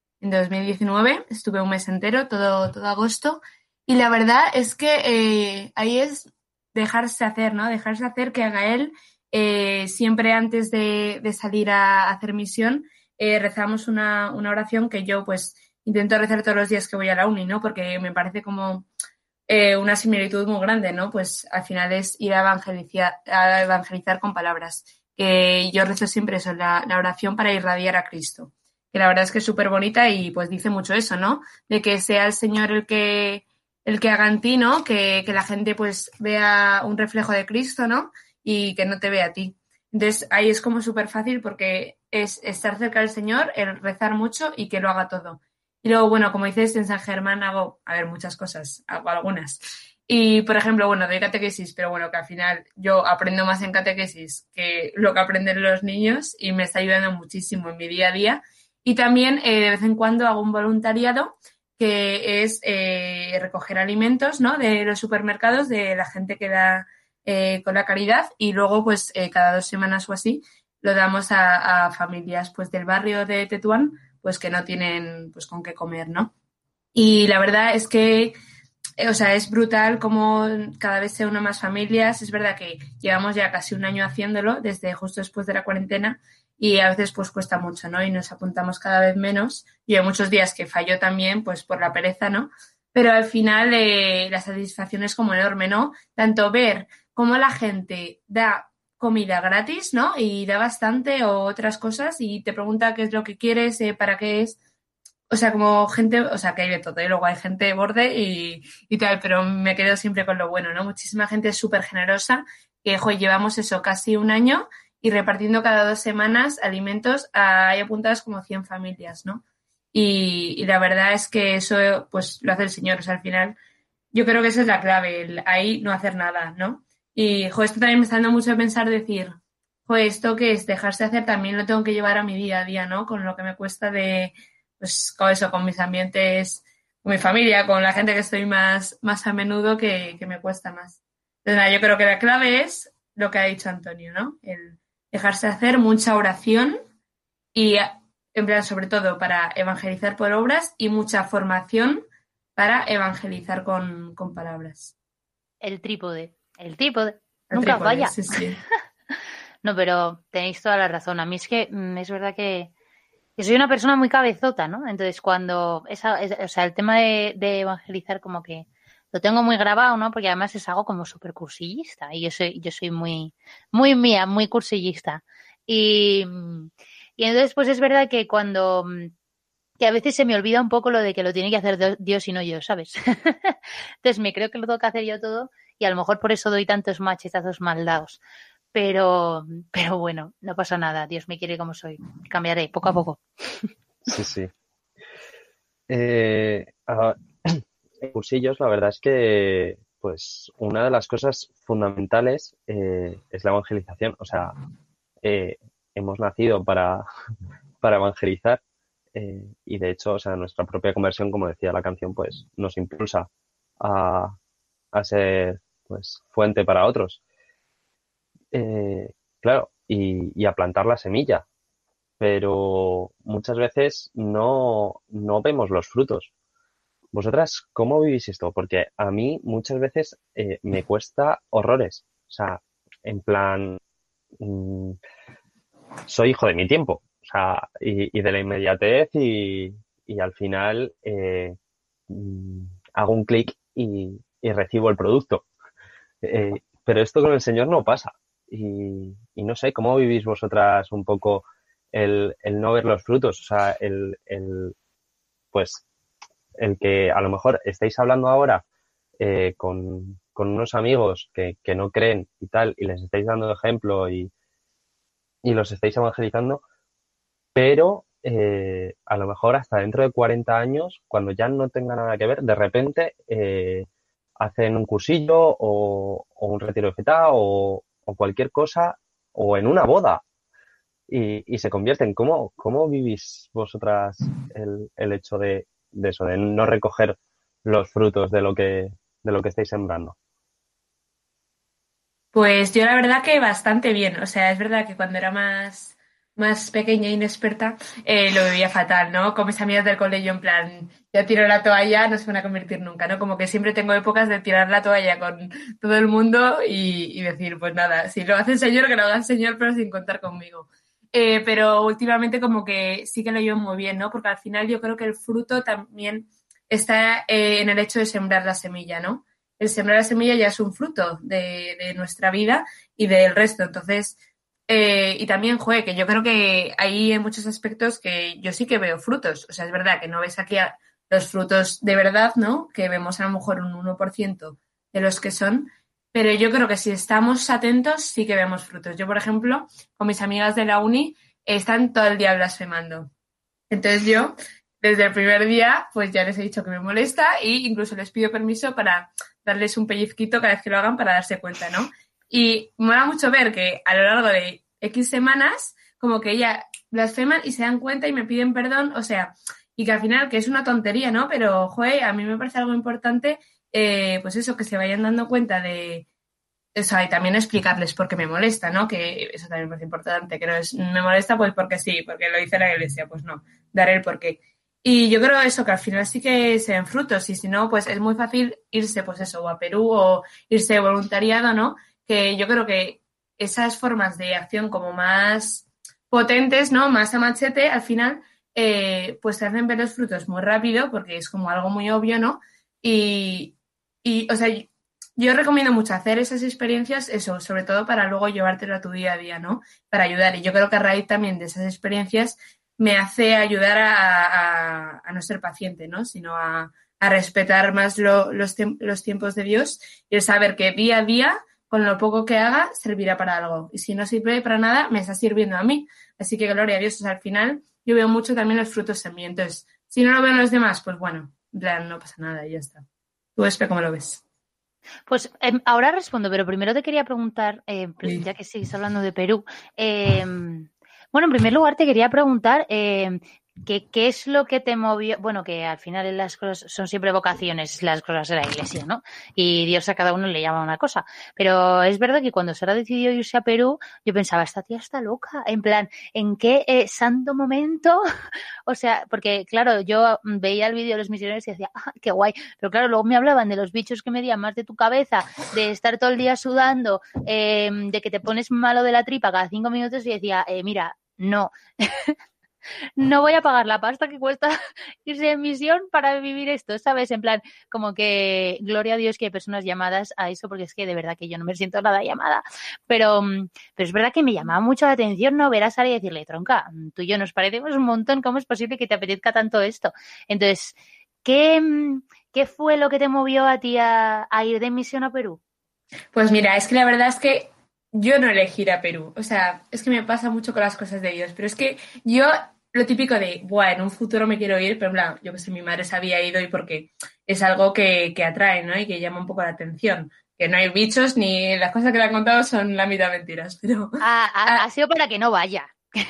2019, estuve un mes entero, todo agosto, y la verdad es que ahí es dejarse hacer, ¿no? Dejarse hacer, que haga él. Siempre antes de salir a hacer misión, rezamos una oración que yo pues intento rezar todos los días que voy a la uni, ¿no? Porque me parece como una similitud muy grande, ¿no? Pues al final es ir a evangelizar con palabras. Yo rezo siempre eso, la oración para irradiar a Cristo. Que la verdad es que es súper bonita y pues dice mucho eso, ¿no? De que sea el Señor el que haga en ti, ¿no? Que la gente pues vea un reflejo de Cristo, ¿no? Y que no te vea a ti. Entonces ahí es como súper fácil porque es estar cerca del Señor, el rezar mucho y que lo haga todo. Y luego, bueno, como dices, en San Germán hago muchas cosas, hago algunas. Y, por ejemplo, bueno, doy catequesis, pero bueno, que al final yo aprendo más en catequesis que lo que aprenden los niños y me está ayudando muchísimo en mi día a día. Y también de vez en cuando hago un voluntariado que es recoger alimentos, ¿no? De los supermercados, de la gente que da con la caridad, y luego pues cada 2 semanas o así lo damos a familias pues del barrio de Tetuán, pues que no tienen pues con qué comer, ¿no? Y la verdad es que, o sea, es brutal como cada vez se unen más familias. Es verdad que llevamos ya casi un año haciéndolo, desde justo después de la cuarentena, y a veces pues cuesta mucho, ¿no? Y nos apuntamos cada vez menos. Y hay muchos días que falló también, pues por la pereza, ¿no? Pero al final la satisfacción es como enorme, ¿no? Tanto ver cómo la gente da comida gratis, ¿no? Y da bastante o otras cosas y te pregunta qué es lo que quieres, para qué es. O sea, como gente, o sea, que hay de todo, y luego hay gente borde y tal, pero me quedo siempre con lo bueno, ¿no? Muchísima gente súper generosa, que, joder, llevamos eso casi un año y repartiendo cada 2 semanas alimentos hay apuntadas como 100 familias, ¿no? Y la verdad es que eso, pues, lo hace el Señor, o sea, al final, yo creo que esa es la clave, ahí no hacer nada, ¿no? Y, joder, esto también me está dando mucho de pensar, decir, joder, esto que es dejarse hacer también lo tengo que llevar a mi día a día, ¿no? Con lo que me cuesta pues con eso, con mis ambientes, con mi familia, con la gente que estoy más a menudo que me cuesta más. Entonces, nada, yo creo que la clave es lo que ha dicho Antonio, ¿no? El dejarse hacer, mucha oración y, en plan, sobre todo para evangelizar por obras, y mucha formación para evangelizar con palabras. El trípode. Nunca falla. Sí, sí. No, pero tenéis toda la razón. A mí es que es verdad que soy una persona muy cabezota, ¿no? Entonces, cuando o sea, el tema de evangelizar como que lo tengo muy grabado, ¿no? Porque además es algo como súper cursillista y yo soy muy mía, muy cursillista. Y entonces, pues es verdad que que a veces se me olvida un poco lo de que lo tiene que hacer Dios y no yo, ¿sabes? Entonces me creo que lo tengo que hacer yo todo y a lo mejor por eso doy tantos machetazos mal dados. Pero bueno, no pasa nada. Dios me quiere como soy. Cambiaré poco a poco. Sí, sí. En cursillos, la verdad es que, pues, una de las cosas fundamentales es la evangelización. O sea, hemos nacido para evangelizar, y de hecho, o sea, nuestra propia conversión, como decía la canción, pues, nos impulsa a ser, pues, fuente para otros. Claro, y a plantar la semilla, pero muchas veces no vemos los frutos. ¿Vosotras cómo vivís esto? Porque a mí muchas veces me cuesta horrores. O sea, en plan, soy hijo de mi tiempo. O sea, y de la inmediatez y al final hago un clic y recibo el producto. Pero esto con el Señor no pasa. Y no sé, ¿cómo vivís vosotras un poco el no ver los frutos? O sea, pues, el que a lo mejor estáis hablando ahora con unos amigos que no creen y tal, y les estáis dando ejemplo y los estáis evangelizando, pero a lo mejor hasta dentro de 40 años, cuando ya no tenga nada que ver, de repente hacen un cursillo o un retiro de feta o cualquier cosa, o en una boda, y se convierten. ¿Cómo vivís vosotras el hecho de eso, de no recoger los frutos de lo que estáis sembrando? Pues yo la verdad que bastante bien. O sea, es verdad que cuando era más pequeña e inexperta, lo vivía fatal, ¿no? Con mis amigas del colegio, en plan, ya tiro la toalla, no se van a convertir nunca, ¿no? Como que siempre tengo épocas de tirar la toalla con todo el mundo y decir, pues nada, si lo hace el Señor, que lo haga el Señor, pero sin contar conmigo. Pero últimamente como que sí que lo llevo muy bien, ¿no? Porque al final yo creo que el fruto también está en el hecho de sembrar la semilla, ¿no? El sembrar la semilla ya es un fruto de nuestra vida y del resto. Entonces, y también, joder, que yo creo que hay en muchos aspectos que yo sí que veo frutos. O sea, es verdad que no ves aquí los frutos de verdad, ¿no? Que vemos a lo mejor un 1% de los que son. Pero yo creo que si estamos atentos sí que vemos frutos. Yo, por ejemplo, con mis amigas de la uni, están todo el día blasfemando. Entonces yo, desde el primer día, pues ya les he dicho que me molesta e incluso les pido permiso para darles un pellizquito cada vez que lo hagan para darse cuenta, ¿no? Y me mola mucho ver que a lo largo de X semanas, como que ya blasfeman y se dan cuenta y me piden perdón. O sea, y que al final, que es una tontería, ¿no? Pero, joder, a mí me parece algo importante, pues eso, que se vayan dando cuenta de... O sea, y también explicarles por qué me molesta, ¿no? Que eso también me parece importante, que no es, me molesta pues porque sí, porque lo dice la iglesia, pues no, dar el porqué. Y yo creo eso, que al final sí que se ven frutos, y si no, pues es muy fácil irse, pues eso, o a Perú o irse de voluntariado, ¿no? Que yo creo que esas formas de acción como más potentes, ¿no? Más a machete, al final, pues te hacen ver los frutos muy rápido, porque es como algo muy obvio, ¿no? Y o sea, yo recomiendo mucho hacer esas experiencias, eso, sobre todo para luego llevártelo a tu día a día, ¿no? Para ayudar. Y yo creo que a raíz también de esas experiencias me hace ayudar a no ser paciente, ¿no? Sino a respetar más los tiempos de Dios y el saber que día a día, con lo poco que haga, servirá para algo. Y si no sirve para nada, me está sirviendo a mí. Así que gloria a Dios. O sea, al final yo veo mucho también los frutos en mí. Entonces, si no lo ven los demás, pues bueno, en plan, no pasa nada y ya está. ¿Tú, Espe, cómo lo ves? Pues ahora respondo, pero primero te quería preguntar, Sí. ya que sigues hablando de Perú, bueno, en primer lugar te quería preguntar ¿qué es lo que te movió? Bueno, que al final las cosas son siempre vocaciones, las cosas de la iglesia, ¿no? Y Dios a cada uno le llama una cosa. Pero es verdad que cuando Sara decidió irse a Perú, yo pensaba, esta tía está loca. En plan, ¿en qué santo momento? O sea, porque claro, yo veía el vídeo de los misioneros y decía, ¡ah, qué guay! Pero claro, luego me hablaban de los bichos que medían más de tu cabeza, de estar todo el día sudando, de que te pones malo de la tripa cada 5 minutos y decía, mira, no. No voy a pagar la pasta que cuesta irse en misión para vivir esto, ¿sabes? En plan, como que gloria a Dios que hay personas llamadas a eso, porque es que de verdad que yo no me siento nada llamada. Pero es verdad que me llamaba mucho la atención no ver a Sara y decirle, tronca, tú y yo nos parecemos un montón, ¿cómo es posible que te apetezca tanto esto? Entonces, ¿qué fue lo que te movió a ti a ir de misión a Perú? Pues mira, es que la verdad es que yo no elegí ir a Perú. O sea, es que me pasa mucho con las cosas de Dios. Pero es que yo, lo típico de, buah, en un futuro me quiero ir, pero en plan, yo que sé, mi madre se había ido y porque es algo que atrae, ¿no? Y que llama un poco la atención. Que no hay bichos ni las cosas que le han contado son la mitad mentiras. Pero Ha sido para que no vaya.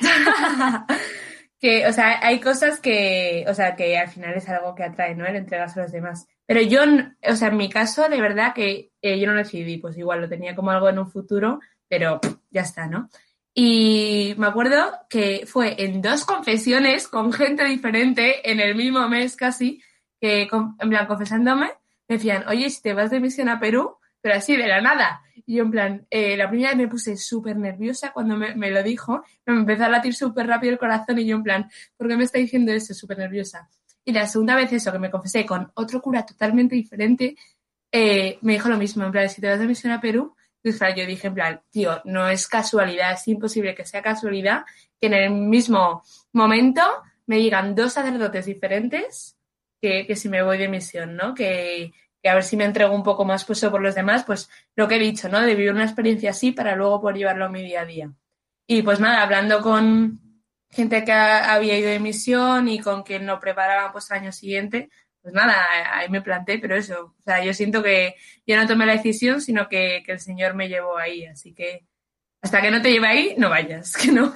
que, o sea, hay cosas que, o sea, que al final es algo que atrae, ¿no? El entregarse a los demás. Pero yo, o sea, en mi caso, de verdad que yo no lo decidí, pues igual lo tenía como algo en un futuro, pero ya está, ¿no? Y me acuerdo que fue en 2 confesiones con gente diferente en el mismo mes casi, que en plan confesándome, me decían, oye, si te vas de misión a Perú, pero así de la nada. Y yo en plan, la primera vez me puse súper nerviosa cuando me lo dijo, me empezó a latir súper rápido el corazón y yo en plan, ¿por qué me está diciendo eso? Súper nerviosa. Y la segunda vez eso, que me confesé con otro cura totalmente diferente, me dijo lo mismo, en plan, si te vas de misión a Perú, pues claro, yo dije en plan, tío, no es casualidad, es imposible que sea casualidad que en el mismo momento me digan 2 sacerdotes diferentes que si me voy de misión, ¿no? Que a ver si me entrego un poco más pues por los demás, pues lo que he dicho, ¿no? De vivir una experiencia así para luego poder llevarlo a mi día a día. Y pues nada, hablando con gente que había ido de misión y con quien lo preparaban pues al año siguiente, pues nada, ahí me planté, pero eso, o sea, yo siento que yo no tomé la decisión, sino que el Señor me llevó ahí, así que hasta que no te lleve ahí, no vayas, que no.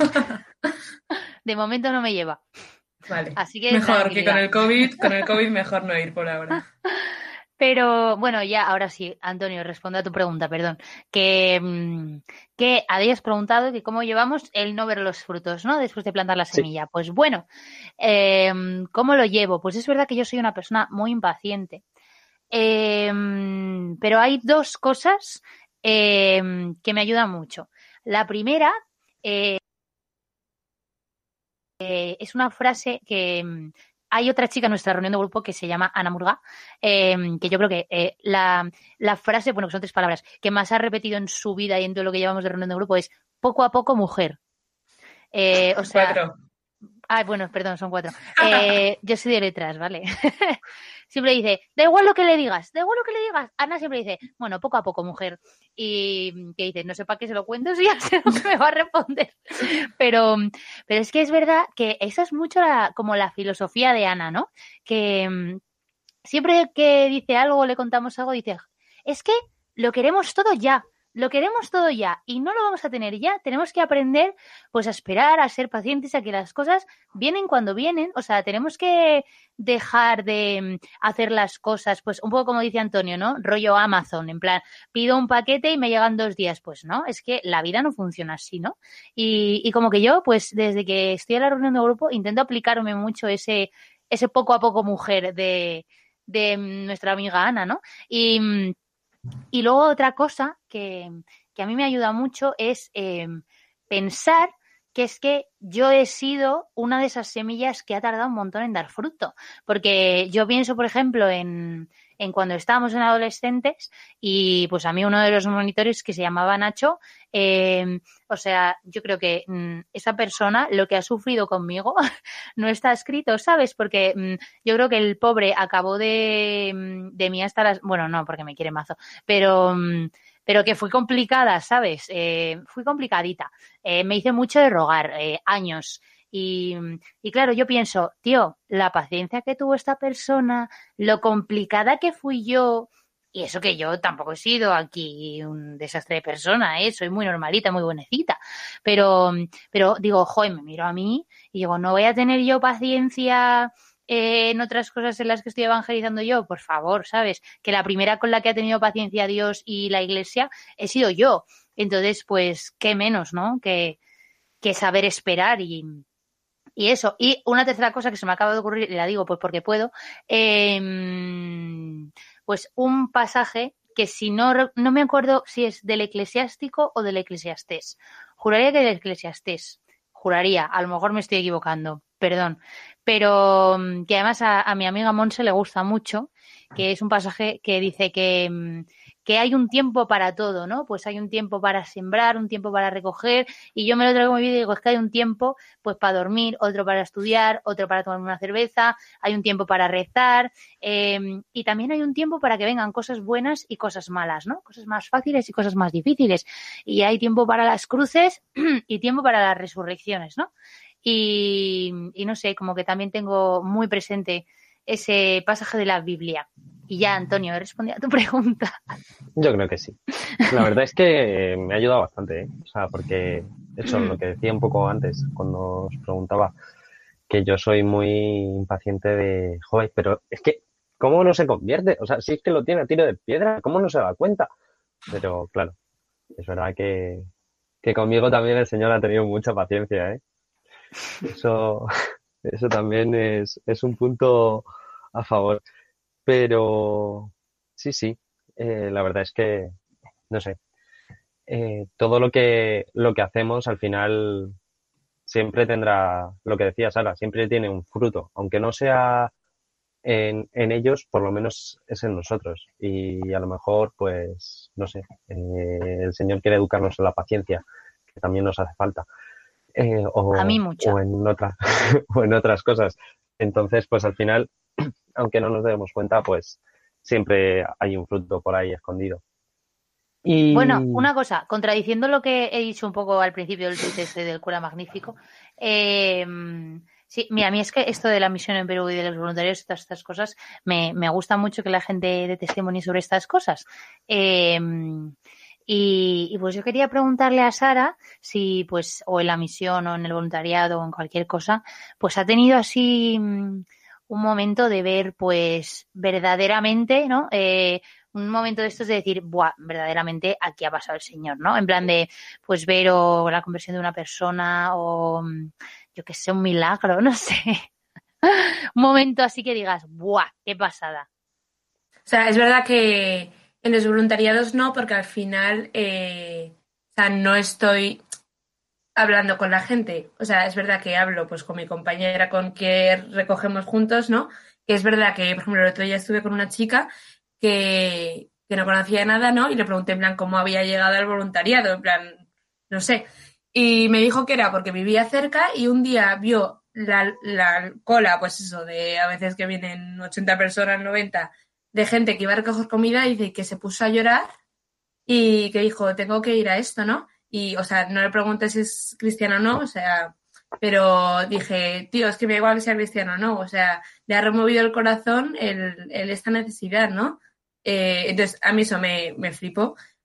De momento no me lleva. Vale, así que mejor que con el COVID mejor no ir por ahora. Pero bueno, ya ahora sí, Antonio, respondo a tu pregunta, perdón. Que habías preguntado que cómo llevamos el no ver los frutos, ¿no? Después de plantar la semilla. Sí. Pues bueno, ¿cómo lo llevo? Pues es verdad que yo soy una persona muy impaciente. Pero hay 2 cosas que me ayudan mucho. La primera es una frase que... Hay otra chica en nuestra reunión de grupo que se llama Ana Murga, que yo creo que la frase, bueno, que son 3 palabras, que más ha repetido en su vida y en todo lo que llevamos de reunión de grupo es poco a poco mujer. O sea, 4. Bueno, perdón, son 4. Yo soy de letras, ¿vale? Siempre dice, da igual lo que le digas. Ana siempre dice, bueno, poco a poco, mujer. Y que dice, no sé para qué se lo cuento si ya sé lo que me va a responder. Pero es que es verdad que esa es mucho como la filosofía de Ana, ¿no? Que siempre que dice algo, le contamos algo, dice, es que lo queremos todo ya. lo queremos todo ya y no lo vamos a tener ya. Tenemos que aprender pues a esperar, a ser pacientes, a que las cosas vienen cuando vienen. O sea, tenemos que dejar de hacer las cosas, pues un poco como dice Antonio, ¿no? Rollo Amazon, en plan, pido un paquete y me llegan 2 días. Pues no, es que la vida no funciona así, ¿no? Y como que yo, pues desde que estoy en la reunión de grupo, intento aplicarme mucho ese poco a poco mujer de nuestra amiga Ana, ¿no? Y luego otra cosa que a mí me ayuda mucho es pensar que es que yo he sido una de esas semillas que ha tardado un montón en dar fruto. Porque yo pienso, por ejemplo, en cuando estábamos en adolescentes y pues a mí uno de los monitores que se llamaba Nacho, o sea, yo creo que esa persona lo que ha sufrido conmigo no está escrito, ¿sabes? Porque yo creo que el pobre acabó de mí hasta las... Bueno, no, porque me quiere mazo, pero que fui complicada, ¿sabes? Fui complicadita. Me hice mucho de rogar, años. Y claro, yo pienso, tío, la paciencia que tuvo esta persona, lo complicada que fui yo, y eso que yo tampoco he sido aquí un desastre de persona, soy muy normalita, muy buenecita, pero digo, joder, me miro a mí y digo, no voy a tener yo paciencia en otras cosas en las que estoy evangelizando yo, por favor, ¿sabes? Que la primera con la que ha tenido paciencia Dios y la Iglesia he sido yo. Entonces, pues, qué menos, ¿no? Que saber esperar y eso. Y una tercera cosa que se me acaba de ocurrir, y la digo pues porque puedo, pues un pasaje que si no me acuerdo si es del Eclesiástico o del Eclesiastés. Juraría que del Eclesiastés. Juraría, a lo mejor me estoy equivocando, perdón. Pero que además a mi amiga Monse le gusta mucho, que es un pasaje que dice que hay un tiempo para todo, ¿no? Pues hay un tiempo para sembrar, un tiempo para recoger, y yo me lo traigo en mi vida y digo, es que hay un tiempo pues para dormir, otro para estudiar, otro para tomar una cerveza, hay un tiempo para rezar, y también hay un tiempo para que vengan cosas buenas y cosas malas, ¿no? Cosas más fáciles y cosas más difíciles. Y hay tiempo para las cruces y tiempo para las resurrecciones, ¿no? Y no sé, como que también tengo muy presente ese pasaje de la Biblia. Y ya, Antonio, he respondido a tu pregunta. Yo creo que sí. La verdad es que me ha ayudado bastante, ¿eh? O sea, porque eso, lo que decía un poco antes, cuando os preguntaba, que yo soy muy impaciente de, joder, pero es que, ¿cómo no se convierte? O sea, si es que lo tiene a tiro de piedra, ¿cómo no se da cuenta? Pero claro, es verdad que conmigo también el Señor ha tenido mucha paciencia, ¿eh? Eso también es un punto a favor. Pero sí, la verdad es que, no sé, todo lo que hacemos al final siempre tendrá, lo que decía Sara, siempre tiene un fruto, aunque no sea en ellos, por lo menos es en nosotros. Y a lo mejor, pues, no sé, el Señor quiere educarnos en la paciencia, que también nos hace falta. A mí mucho. O en otras cosas. Entonces, pues al final, aunque no nos demos cuenta, pues siempre hay un fruto por ahí escondido. Y... Bueno, una cosa, contradiciendo lo que he dicho un poco al principio del tuit del cura magnífico, sí, mira, a mí es que esto de la misión en Perú y de los voluntarios y todas estas cosas, me gusta mucho que la gente dé testimonio sobre estas cosas. Y pues yo quería preguntarle a Sara si, pues, o en la misión o en el voluntariado o en cualquier cosa, pues ha tenido así un momento de ver, pues, verdaderamente, ¿no? Un momento de estos de decir, buah, verdaderamente aquí ha pasado el Señor, ¿no? En plan de, pues, ver o la conversión de una persona o, yo qué sé, un milagro, no sé. Un momento así que digas, buah, qué pasada. O sea, es verdad que en los voluntariados no, porque al final, o sea, no estoy hablando con la gente. O sea, es verdad que hablo pues con mi compañera con que recogemos juntos, ¿no? Que es verdad que, por ejemplo, el otro día estuve con una chica que no conocía nada, ¿no? Y le pregunté en plan cómo había llegado al voluntariado, en plan, no sé. Y me dijo que era porque vivía cerca y un día vio la cola, pues eso, de a veces que vienen 80 personas, 90, de gente que iba a recoger comida y dice que se puso a llorar y que dijo, tengo que ir a esto, ¿no? Y, o sea, no le pregunté si es cristiano o no, o sea, pero dije, tío, es que me da igual que sea cristiano o no, o sea, le ha removido el corazón esta necesidad, ¿no? Entonces, a mí eso me flipó. O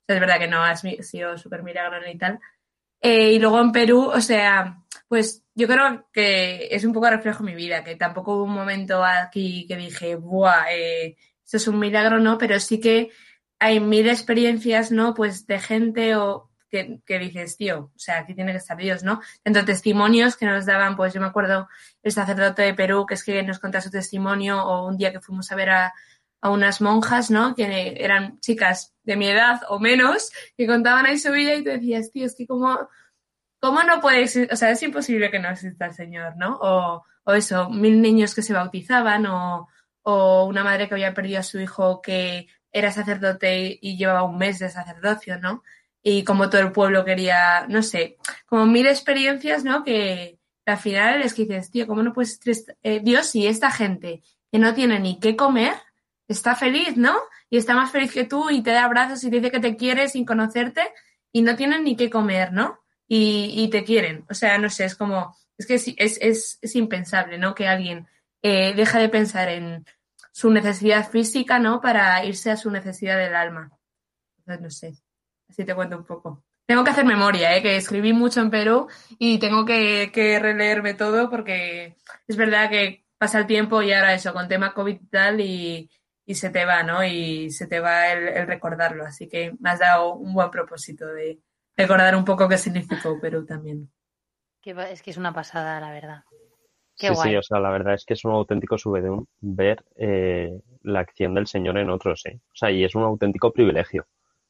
sea, es verdad que no has sido súper milagrona y tal. Y luego en Perú, o sea, pues yo creo que es un poco reflejo de mi vida, que tampoco hubo un momento aquí que dije, ¡buah! Esto es un milagro, ¿no? Pero sí que hay mil experiencias, ¿no? Pues de gente o que dices, tío, o sea, aquí tiene que estar Dios, ¿no? Entonces, testimonios que nos daban, pues yo me acuerdo el sacerdote de Perú, que es que nos contaba su testimonio, o un día que fuimos a ver a unas monjas, ¿no? Que eran chicas de mi edad o menos, que contaban ahí su vida y tú decías, tío, es que ¿cómo no puede existir? O sea, es imposible que no exista el Señor, ¿no? O eso, 1000 niños que se bautizaban o una madre que había perdido a su hijo que era sacerdote y llevaba un mes de sacerdocio, ¿no? Y como todo el pueblo quería, no sé, como 1000 experiencias, ¿no? Que al final es que dices, tío, ¿cómo no puedes Dios, si esta gente que no tiene ni qué comer está feliz, ¿no? Y está más feliz que tú y te da abrazos y te dice que te quiere sin conocerte y no tienen ni qué comer, ¿no? Y te quieren. O sea, no sé, es como, es que es impensable, ¿no? Que alguien deja de pensar en su necesidad física, ¿no? Para irse a su necesidad del alma. Entonces, no sé, así te cuento un poco. Tengo que hacer memoria, que escribí mucho en Perú y tengo que releerme todo porque es verdad que pasa el tiempo y ahora eso, con tema COVID y tal y se te va, ¿no? Y se te va el recordarlo. Así que me has dado un buen propósito de recordar un poco qué significó Perú también. Es que es una pasada, la verdad. Qué Sí, guay. sí, o sea, la verdad es que es un auténtico subidón ver la acción del Señor en otros, ¿eh? O sea, y es un auténtico privilegio.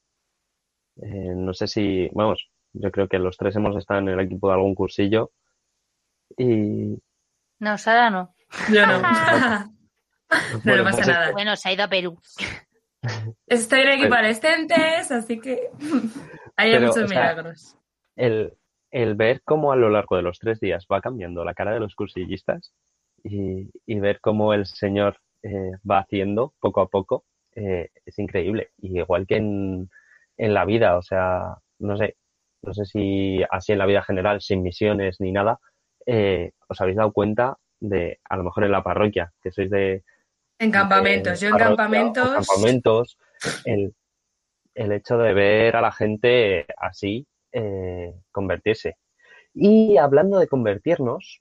No sé si, vamos, yo creo que los tres hemos estado en el equipo de algún cursillo y... No, Sara no. Yo no. Bueno, No pasa pues nada. Bueno, se ha ido a Perú. Estoy en equipo adolescentes, así que hay Pero, muchos o sea, milagros. el ver cómo a lo largo de los 3 días va cambiando la cara de los cursillistas y ver cómo el Señor va haciendo poco a poco es increíble. Y igual que en la vida, o sea, no sé si así en la vida general, sin misiones ni nada, os habéis dado cuenta de, a lo mejor en la parroquia, que sois de En campamentos. Yo en parroquia o campamentos. campamentos, el hecho de ver a la gente así convertirse. Y hablando de convertirnos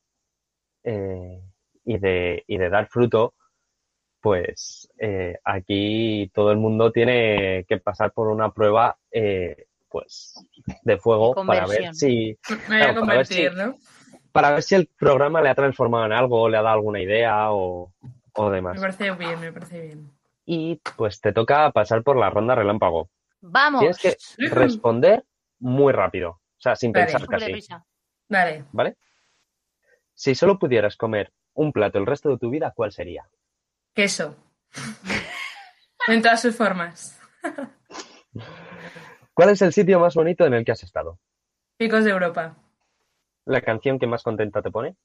y de dar fruto, pues aquí todo el mundo tiene que pasar por una prueba pues de fuego De para ver conversión. si Me voy a claro, convertir, ¿no? para ver si el programa le ha transformado en algo, o le ha dado alguna idea o Me demás. parece bien, me parece bien. Y pues te toca pasar por la ronda relámpago. ¡Vamos! Tienes que responder muy rápido, o sea, sin Vale. pensar Súper casi, deprisa. Vale. ¿vale? Si solo pudieras comer un plato el resto de tu vida, ¿cuál sería? Queso. En todas sus formas. ¿Cuál es el sitio más bonito en el que has estado? Picos de Europa. ¿La canción que más contenta te pone?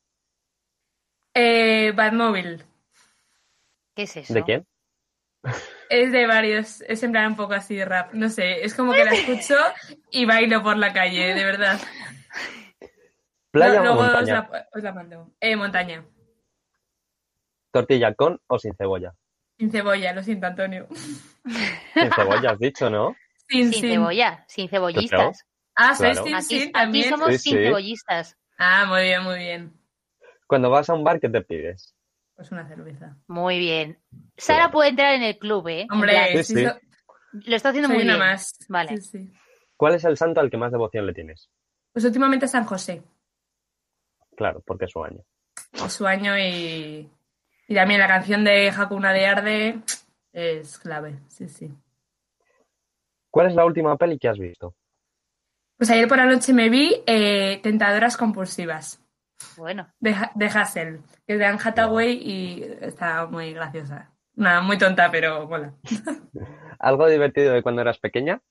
Batmóvil. ¿Qué es eso? ¿De quién? Es de varios, es en plan un poco así de rap. No sé, es como que la escucho y bailo por la calle, de verdad. ¿Playa o Luego montaña? os la mando. Montaña. ¿Tortilla con o sin cebolla? Sin cebolla, lo siento, Antonio. Sin cebolla has dicho, ¿no? Sin cebolla, sin cebollistas. Ah, ¿sois Claro. sin Aquí también? somos Sí, sin sí. cebollistas. Ah, muy bien, muy bien. Cuando vas a un bar, ¿qué te pides? Pues una cerveza. Muy bien. Sara puede entrar en el club, ¿eh? En Hombre, plan, Sí, sí. lo está haciendo soy muy una bien. más. Vale. Sí, sí. ¿Cuál es el santo al que más devoción le tienes? Pues últimamente San José. Claro, porque es su año. Es su año y también la canción de Hakuna de Arde es clave. Sí, sí. ¿Cuál es la última peli que has visto? Pues ayer por la noche me vi Tentadoras compulsivas Bueno, de Hassel, que es de Anne Hathaway y está muy graciosa. Nada, muy tonta, pero mola. ¿Algo divertido de cuando eras pequeña?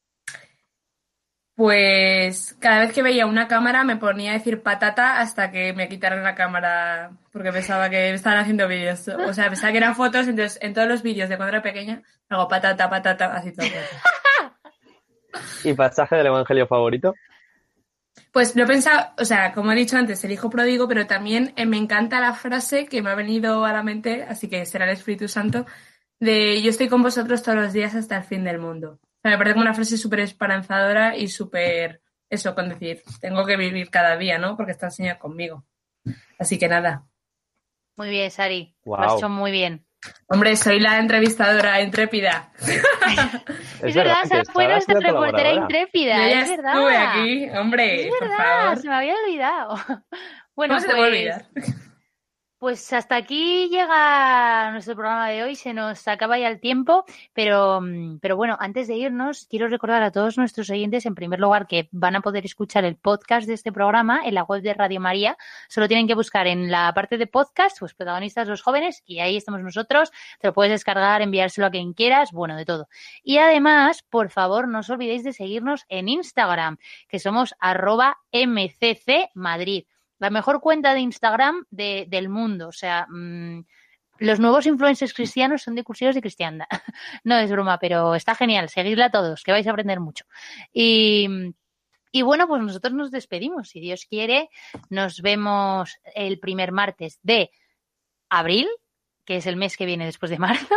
Pues cada vez que veía una cámara me ponía a decir patata hasta que me quitaran la cámara porque pensaba que estaban haciendo vídeos. O sea, pensaba que eran fotos, entonces en todos los vídeos de cuando era pequeña hago patata, patata, así todo el rato. ¿Y pasaje del Evangelio favorito? Pues lo he pensado, o sea, como he dicho antes, el hijo pródigo, pero también me encanta la frase que me ha venido a la mente, así que será el Espíritu Santo, de yo estoy con vosotros todos los días hasta el fin del mundo. O sea, me parece como una frase súper esperanzadora y súper, eso, con decir, tengo que vivir cada día, ¿no? Porque está el Señor conmigo. Así que nada. Muy bien, Sari. Wow. Lo has hecho muy bien. Hombre, soy la entrevistadora intrépida. Es verdad, Sara fue nuestra reportera intrépida. Yo ya es verdad. estuve aquí, hombre, Es por verdad, favor. se me había olvidado. Bueno, ¿Cómo se te va a olvidar? Pues hasta aquí llega nuestro programa de hoy, se nos acaba ya el tiempo, pero bueno, antes de irnos, quiero recordar a todos nuestros oyentes, en primer lugar, que van a poder escuchar el podcast de este programa en la web de Radio María. Solo tienen que buscar en la parte de podcast, pues protagonistas los jóvenes, y ahí estamos nosotros. Te lo puedes descargar, enviárselo a quien quieras, bueno, de todo. Y además, por favor, no os olvidéis de seguirnos en Instagram, que somos @mccmadrid. La mejor cuenta de Instagram del mundo. O sea, los nuevos influencers cristianos son de cursillos de cristiandad. No es broma, pero está genial. Seguidla todos, que vais a aprender mucho. Y bueno, pues nosotros nos despedimos. Si Dios quiere, nos vemos el primer martes de abril, que es el mes que viene después de marzo.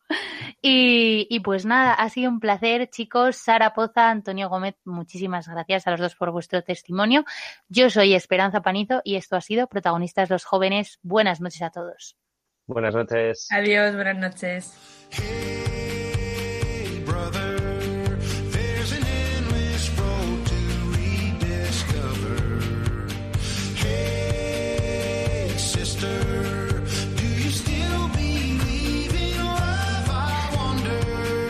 Y pues nada, ha sido un placer, chicos. Sara Poza, Antonio Gómez, muchísimas gracias a los dos por vuestro testimonio. Yo soy Esperanza Panizo y esto ha sido Protagonistas los Jóvenes. Buenas noches a todos. Buenas noches. Adiós, buenas noches. Hey, brother, there's an endless road to rediscover. Hey, sister, do you still believe in love? I wonder.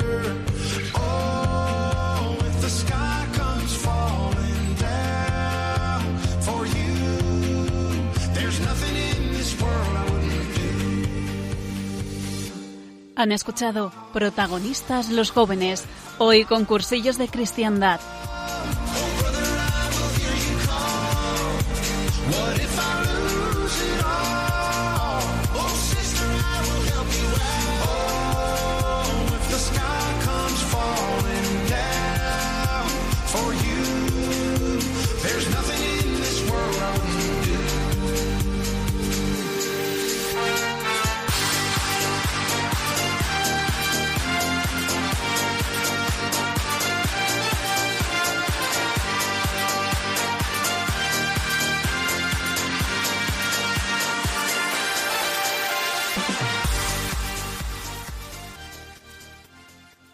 Oh, if the sky comes falling down for you, there's nothing in this world I wouldn't do. Han escuchado Protagonistas los Jóvenes, hoy con Cursillos de Cristiandad.